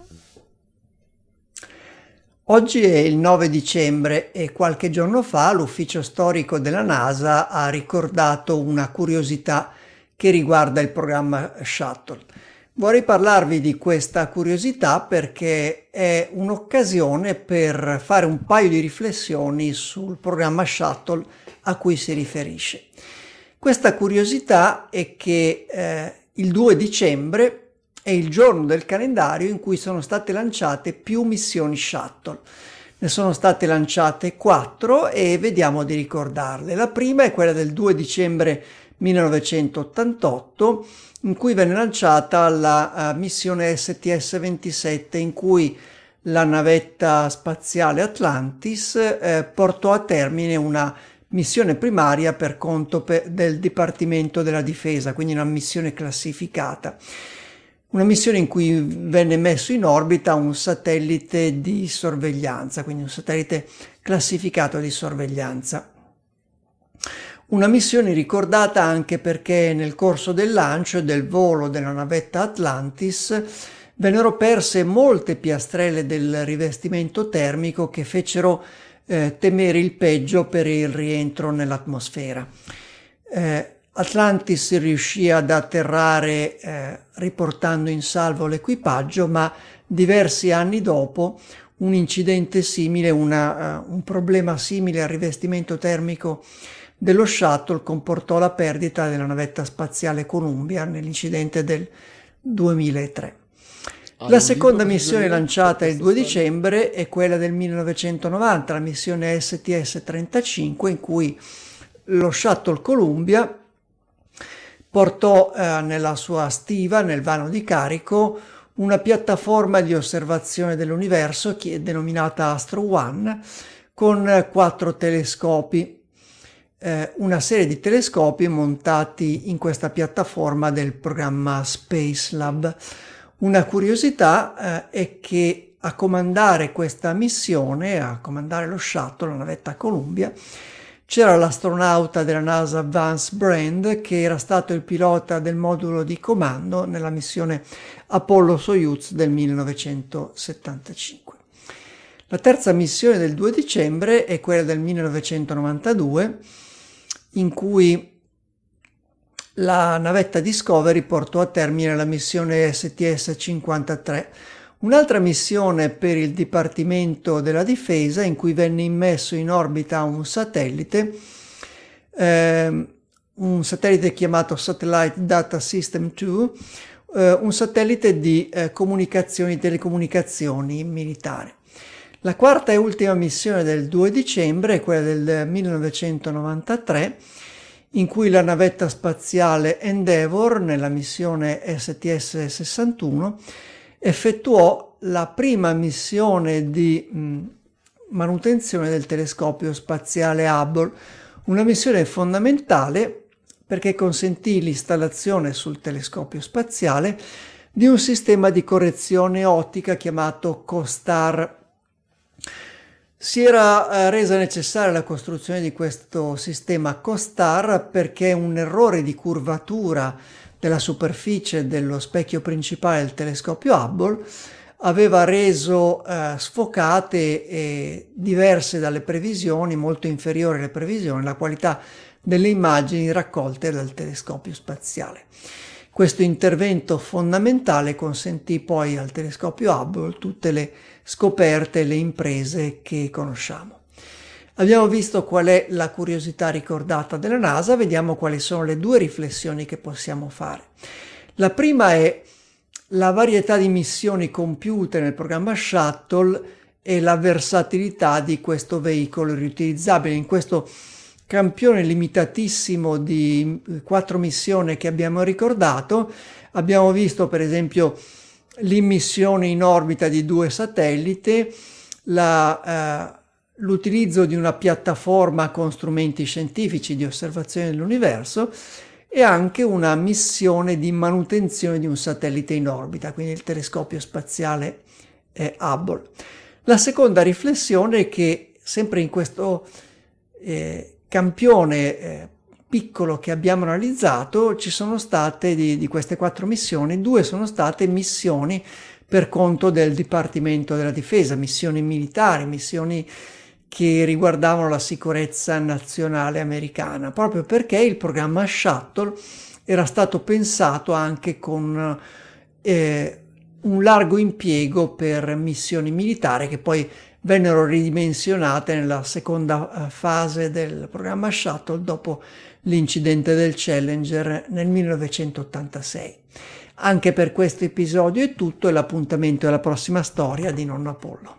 Oggi è il nove dicembre e qualche giorno fa l'ufficio storico della NASA ha ricordato una curiosità che riguarda il programma Shuttle. Vorrei parlarvi di questa curiosità perché è un'occasione per fare un paio di riflessioni sul programma Shuttle a cui si riferisce. Questa curiosità è che eh, il due dicembre è il giorno del calendario in cui sono state lanciate più missioni Shuttle. Ne sono state lanciate quattro e vediamo di ricordarle. La prima è quella del due dicembre millenovecentottantotto, in cui venne lanciata la uh, missione S T S ventisette, in cui la navetta spaziale Atlantis eh, portò a termine una missione primaria per conto pe- del Dipartimento della Difesa, quindi una missione classificata. Una missione in cui venne messo in orbita un satellite di sorveglianza, quindi un satellite classificato di sorveglianza. Una missione ricordata anche perché nel corso del lancio e del volo della navetta Atlantis vennero perse molte piastrelle del rivestimento termico che fecero eh, temere il peggio per il rientro nell'atmosfera. Eh, Atlantis riuscì ad atterrare eh, riportando in salvo l'equipaggio, ma diversi anni dopo un incidente simile, una, uh, un problema simile al rivestimento termico dello shuttle comportò la perdita della navetta spaziale Columbia nell'incidente del duemilatré. La seconda missione lanciata il due dicembre è quella del millenovecentonovanta, la missione S T S trentacinque, in cui lo shuttle Columbia portò eh, nella sua stiva, nel vano di carico, una piattaforma di osservazione dell'universo che è denominata Astro One, con quattro telescopi. Eh, una serie di telescopi montati in questa piattaforma del programma Space Lab. Una curiosità eh, è che a comandare questa missione, a comandare lo shuttle, la navetta Columbia, c'era l'astronauta della NASA Vance Brand, che era stato il pilota del modulo di comando nella missione Apollo-Soyuz del millenovecentosettantacinque. La terza missione del due dicembre è quella del millenovecentonovantadue, in cui la navetta Discovery portò a termine la missione S T S cinquantatré, un'altra missione per il Dipartimento della Difesa in cui venne immesso in orbita un satellite, eh, un satellite chiamato Satellite Data System due, eh, un satellite di eh, comunicazioni, telecomunicazioni militari. La quarta e ultima missione del due dicembre è quella del millenovecentonovantatré, in cui la navetta spaziale Endeavour, nella missione S T S sessantuno, effettuò la prima missione di mh, manutenzione del telescopio spaziale Hubble, una missione fondamentale perché consentì l'installazione sul telescopio spaziale di un sistema di correzione ottica chiamato COSTAR. Si era eh, resa necessaria la costruzione di questo sistema COSTAR perché un errore di curvatura della superficie dello specchio principale del telescopio Hubble aveva reso eh, sfocate e diverse dalle previsioni, molto inferiori alle previsioni, la qualità delle immagini raccolte dal telescopio spaziale. Questo intervento fondamentale consentì poi al telescopio Hubble tutte le scoperte e le imprese che conosciamo. Abbiamo visto qual è la curiosità ricordata della NASA, vediamo quali sono le due riflessioni che possiamo fare. La prima è la varietà di missioni compiute nel programma Shuttle e la versatilità di questo veicolo riutilizzabile. In questo campione limitatissimo di quattro missioni che abbiamo ricordato, abbiamo visto per esempio l'immissione in orbita di due satelliti, la, eh, l'utilizzo di una piattaforma con strumenti scientifici di osservazione dell'universo e anche una missione di manutenzione di un satellite in orbita, quindi il telescopio spaziale eh, Hubble. La seconda riflessione è che sempre in questo eh, campione eh, piccolo che abbiamo analizzato ci sono state di, di queste quattro missioni, due sono state missioni per conto del Dipartimento della Difesa, missioni militari, missioni che riguardavano la sicurezza nazionale americana, proprio perché il programma Shuttle era stato pensato anche con eh, un largo impiego per missioni militari che poi vennero ridimensionate nella seconda fase del programma Shuttle dopo l'incidente del Challenger nel millenovecentottantasei. Anche per questo episodio è tutto e l'appuntamento è la prossima storia di Nonno Apollo.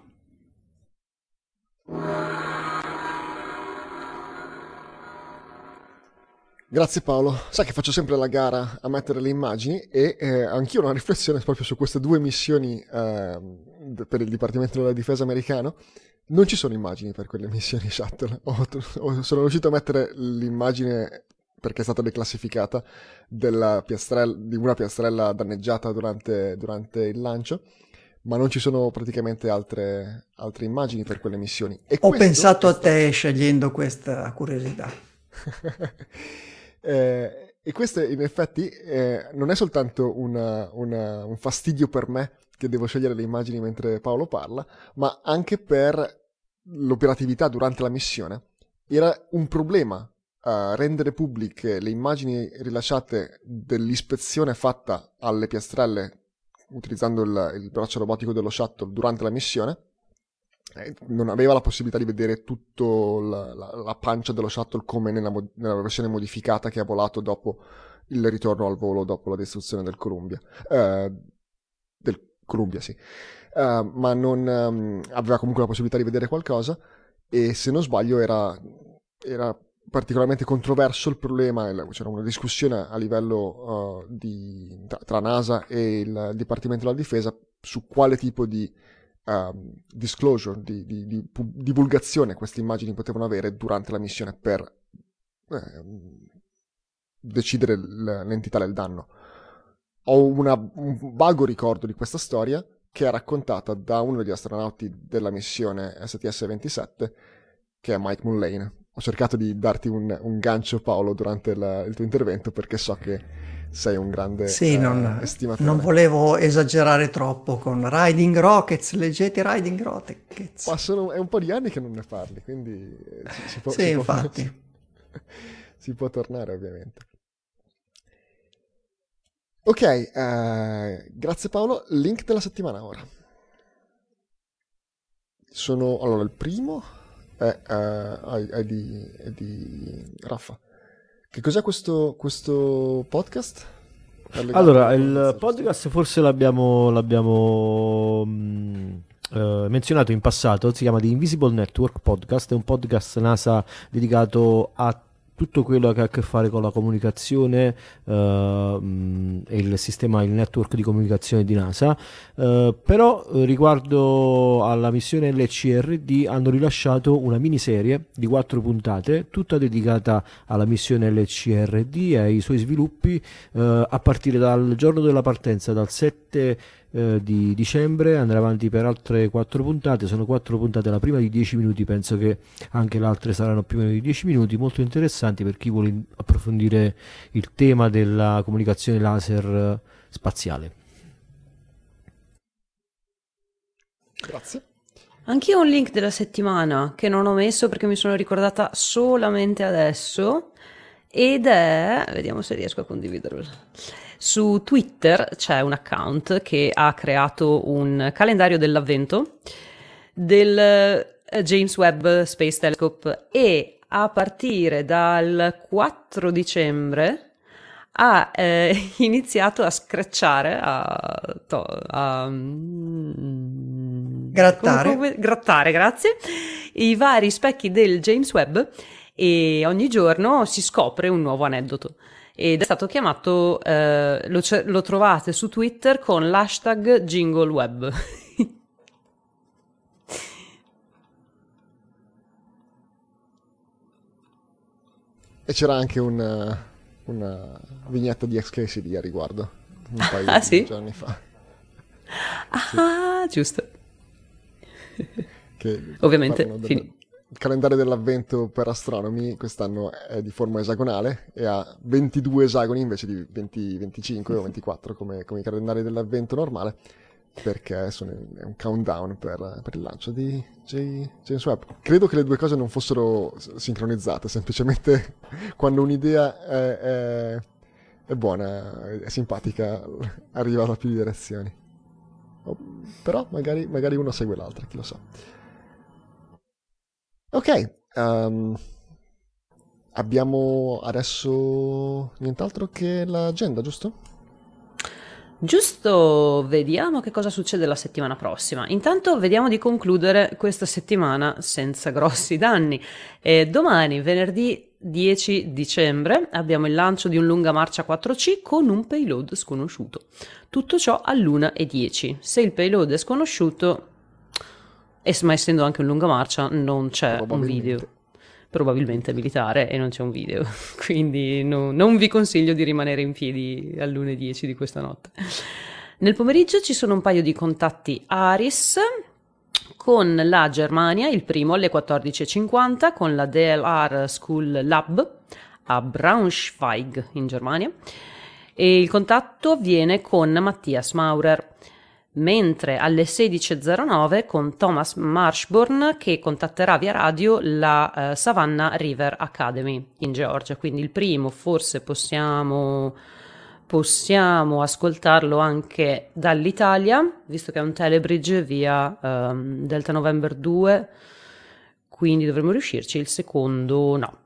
Grazie Paolo, sai che faccio sempre la gara a mettere le immagini e eh, anch'io ho una riflessione proprio su queste due missioni eh, per il Dipartimento della Difesa americano. Non ci sono immagini per quelle missioni shuttle, ho, ho, sono riuscito a mettere l'immagine perché è stata declassificata della piastrella, di una piastrella danneggiata durante, durante il lancio, ma non ci sono praticamente altre, altre immagini per quelle missioni. E ho pensato a te scegliendo questa curiosità. Eh, e questo in effetti eh, non è soltanto una, una, un fastidio per me che devo scegliere le immagini mentre Paolo parla, ma anche per l'operatività durante la missione. Era un problema uh, rendere pubbliche le immagini rilasciate dell'ispezione fatta alle piastrelle utilizzando il, il braccio robotico dello shuttle durante la missione. Non aveva la possibilità di vedere tutto la, la, la pancia dello shuttle come nella, nella versione modificata che ha volato dopo il ritorno al volo dopo la distruzione del Columbia uh, del Columbia sì uh, ma non um, aveva comunque la possibilità di vedere qualcosa e se non sbaglio era, era particolarmente controverso il problema, c'era una discussione a livello uh, di, tra, tra NASA e il Dipartimento della Difesa su quale tipo di Uh, disclosure, di, di, di pu- divulgazione queste immagini potevano avere durante la missione per eh, decidere l- l'entità del danno. Ho una, un vago ricordo di questa storia che è raccontata da uno degli astronauti della missione S T S ventisette, che è Mike Mullane. Ho cercato di darti un, un gancio, Paolo, durante la, il tuo intervento perché so che sei un grande sì, uh, non, estimatore. Non volevo esagerare troppo con Riding Rockets, leggete Riding Rockets. Ma sono, è un po' di anni che non ne parli, quindi si, si può, sì, si infatti. Può, si può tornare ovviamente. Ok, uh, grazie Paolo. Link della settimana ora. Sono, allora, il primo è, uh, è, è, di, è di Raffa. Che cos'è questo, questo podcast? Allora, il podcast forse l'abbiamo, l'abbiamo mh, eh, menzionato in passato, si chiama The Invisible Network Podcast, è un podcast NASA dedicato a tutto quello che ha a che fare con la comunicazione uh, mh, e il sistema, il network di comunicazione di NASA, uh, però uh, riguardo alla missione L C R D hanno rilasciato una miniserie di quattro puntate tutta dedicata alla missione L C R D e ai suoi sviluppi uh, a partire dal giorno della partenza, dal sette Eh, di dicembre, andrà avanti per altre quattro puntate. Sono quattro puntate, la prima di dieci minuti, penso che anche le altre saranno più o meno di dieci minuti, molto interessanti per chi vuole approfondire il tema della comunicazione laser spaziale. Grazie. Anch'io ho un link della settimana che non ho messo perché mi sono ricordata solamente adesso ed è, vediamo se riesco a condividerlo. Su Twitter c'è un account che ha creato un calendario dell'avvento del James Webb Space Telescope e a partire dal quattro dicembre ha eh, iniziato a scratchare, a, to- a mm, Grattare. come- come- grattare, grazie, i vari specchi del James Webb, e ogni giorno si scopre un nuovo aneddoto. Ed è stato chiamato, eh, lo, ce- lo trovate su Twitter con l'hashtag JingleWeb. E c'era anche una, una vignetta di X K C D a riguardo, un paio Ah, di sì? giorni fa. Ah, giusto. Che Ovviamente, parlano del- fini- il calendario dell'avvento per astronomi quest'anno è di forma esagonale e ha ventidue esagoni invece di venti, venticinque o ventiquattro come, come i calendari dell'avvento normale, perché sono in- è un countdown per, per il lancio di J- James Webb. Credo che le due cose non fossero s- sincronizzate, semplicemente quando un'idea è, è- è buona, è simpatica, arriva da più direzioni. Oh, però magari, magari uno segue l'altra, chi lo sa. Ok, ehm, abbiamo adesso nient'altro che l'agenda, giusto? Giusto, vediamo che cosa succede la settimana prossima. Intanto vediamo di concludere questa settimana senza grossi danni. E domani, venerdì dieci dicembre, abbiamo il lancio di un lunga marcia quattro C con un payload sconosciuto. Tutto ciò all'una e dieci. Se il payload è sconosciuto, e ma essendo anche un lunga marcia, non c'è un Probabilmente. video. Probabilmente è militare e non c'è un video, quindi no- non vi consiglio di rimanere in piedi all'una e dieci di questa notte. Nel pomeriggio ci sono un paio di contatti ARIS con la Germania, il primo alle quattordici e cinquanta con la D L R School Lab a Braunschweig in Germania, e il contatto avviene con Matthias Maurer. Mentre alle sedici e zero nove con Thomas Marshburn, che contatterà via radio la eh, Savannah River Academy in Georgia. Quindi il primo forse possiamo, possiamo ascoltarlo anche dall'Italia, visto che è un telebridge via ehm, Delta November due, quindi dovremmo riuscirci. Il secondo no.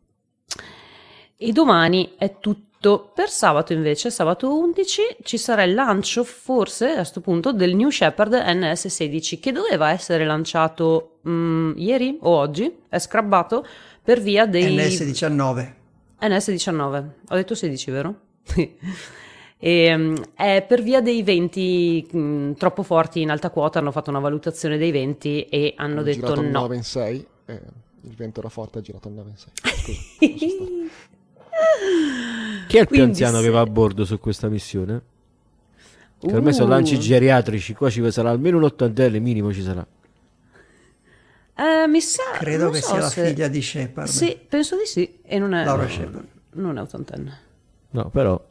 E domani è tutto. Per sabato invece, sabato undici, ci sarà il lancio forse a questo punto del New Shepard N S sedici, che doveva essere lanciato mm, ieri o oggi, è scrabbato per via dei... N S diciannove. N S diciannove, ho detto sedici, vero? E, um, è per via dei venti mh, troppo forti in alta quota, hanno fatto una valutazione dei venti e hanno Hanno detto girato il no. nove in sei, e il vento era forte, ha girato il nove in sei. Scusa, lascia stare. Chi è il più Quindi anziano se- che va a bordo su questa missione? Che ormai sono Uh. lanci geriatrici, qua ci sarà almeno un ottantenne minimo, ci sarà. Eh, mi sa, Credo non che so sia la se- figlia di Shepard. Sì, penso di sì. E non è, Laura Shepard. non è ottantenne. No, però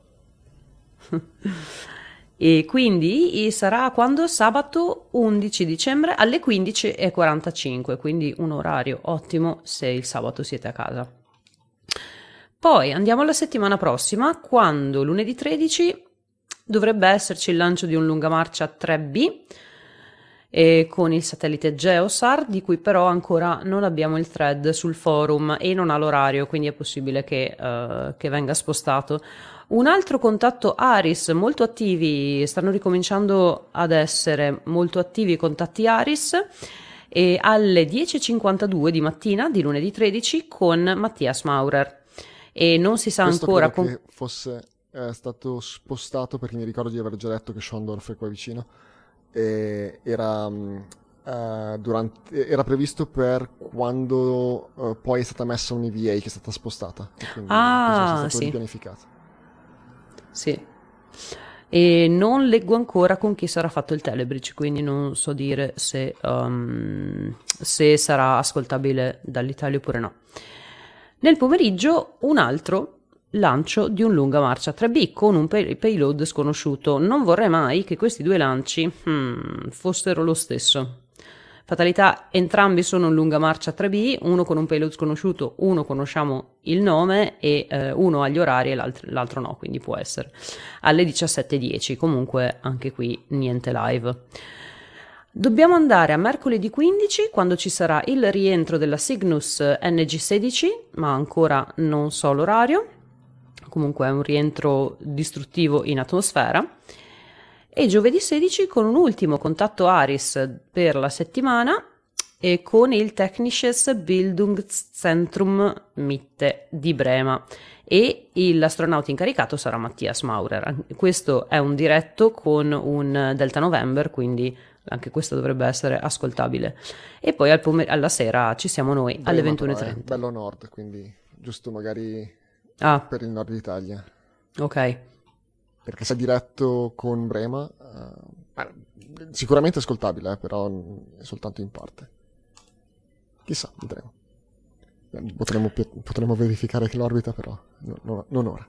E quindi sarà quando? Sabato undici dicembre alle quindici e quarantacinque, quindi un orario ottimo se il sabato siete a casa. Poi andiamo alla settimana prossima, quando lunedì tredici dovrebbe esserci il lancio di un lunga marcia tre B e con il satellite Geosar, di cui però ancora non abbiamo il thread sul forum e non ha l'orario, quindi è possibile che, uh, che venga spostato. Un altro contatto ARIS molto attivi, stanno ricominciando ad essere molto attivi i contatti ARIS, e alle dieci e cinquantadue di mattina di lunedì tredici con Matthias Maurer. E non si sa Questo ancora credo con... che fosse eh, stato spostato, perché mi ricordo di aver già detto che Schondorf è qua vicino, e era, mh, eh, durante, era previsto per quando eh, poi è stata messa un E V A che è stata spostata, e quindi Ah, penso sia stato sì. ripianificato. Sì. E non leggo ancora con chi sarà fatto il telebridge, quindi non so dire se, um, se sarà ascoltabile dall'Italia oppure no. Nel pomeriggio un altro lancio di un lunga marcia tre B con un pay- payload sconosciuto. Non vorrei mai che questi due lanci hmm, fossero lo stesso. Fatalità, entrambi sono un lunga marcia tre B, uno con un payload sconosciuto, uno conosciamo il nome e eh, uno ha gli orari e l'altro, l'altro no, quindi può essere alle diciassette e dieci. Comunque anche qui niente live. Dobbiamo andare a mercoledì quindici, quando ci sarà il rientro della Cygnus N G sedici, ma ancora non so l'orario, comunque è un rientro distruttivo in atmosfera. E giovedì sedici con un ultimo contatto Aris per la settimana e con il Technisches Bildungszentrum Mitte di Brema, e l'astronauta incaricato sarà Mattias Maurer. Questo è un diretto con un Delta November, quindi anche questo dovrebbe essere ascoltabile. E poi al pomer- alla sera ci siamo noi alle Brema ventuno e però è trenta. bello nord, quindi giusto magari Ah, per il nord d'Italia. ok. Perché se è diretto con Brema, eh, sicuramente ascoltabile, eh, però è soltanto in parte. Chissà, vedremo. Potremmo, potremmo verificare che l'orbita, però no, no, non ora.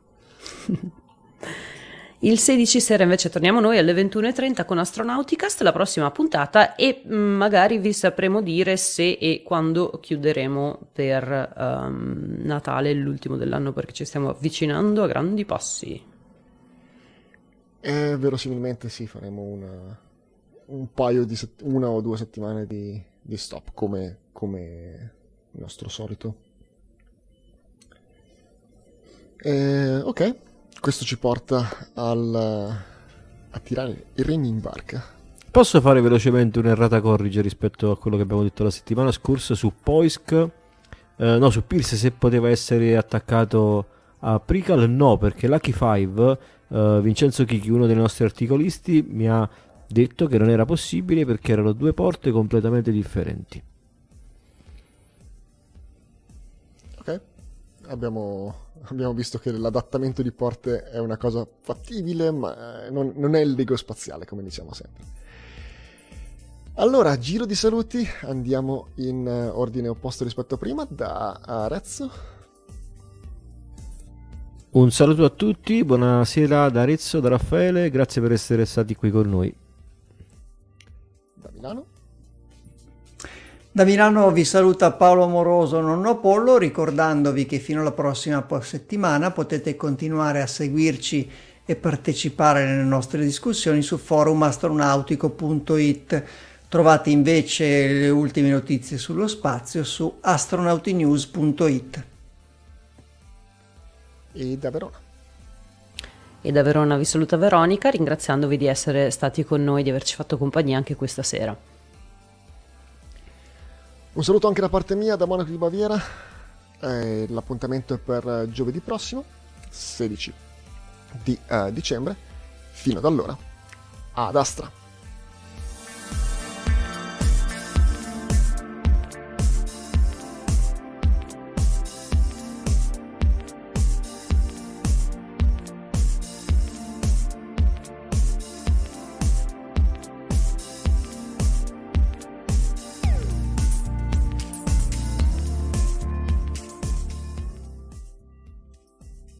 Il sedici sera invece torniamo noi alle ventuno e trenta con Astronauticast, la prossima puntata, e mh, magari vi sapremo dire se e quando chiuderemo per um, Natale, l'ultimo dell'anno, perché ci stiamo avvicinando a grandi passi. E verosimilmente sì, faremo una, un paio di sett- una o due settimane di, di stop, come, come il nostro solito. E, ok, questo ci porta al, a tirare i remi in barca. Posso fare velocemente un'errata corrige rispetto a quello che abbiamo detto la settimana scorsa su Poisk? Eh, no, su Pierce, se poteva essere attaccato a Prical? No, perché Lucky Five, eh, Vincenzo Chichi, uno dei nostri articolisti, mi ha detto che non era possibile perché erano due porte completamente differenti. Ok, abbiamo, abbiamo visto che l'adattamento di porte è una cosa fattibile, ma non, non è il Lego spaziale, come diciamo sempre. Allora, giro di saluti, andiamo in ordine opposto rispetto a prima, da Arezzo. Un saluto a tutti, buonasera da Arezzo, da Raffaele, grazie per essere stati qui con noi. Da Milano. Da Milano vi saluta Paolo Amoroso, nonno Pollo, ricordandovi che fino alla prossima settimana potete continuare a seguirci e partecipare nelle nostre discussioni su forum astronautico punto it. Trovate invece le ultime notizie sullo spazio su astronautinews punto it. E da Verona. E da Verona vi saluta Veronica, ringraziandovi di essere stati con noi, di averci fatto compagnia anche questa sera. Un saluto anche da parte mia, da Monaco di Baviera. Eh, l'appuntamento è per giovedì prossimo, sedici di eh, dicembre. Fino ad allora, ad Astra.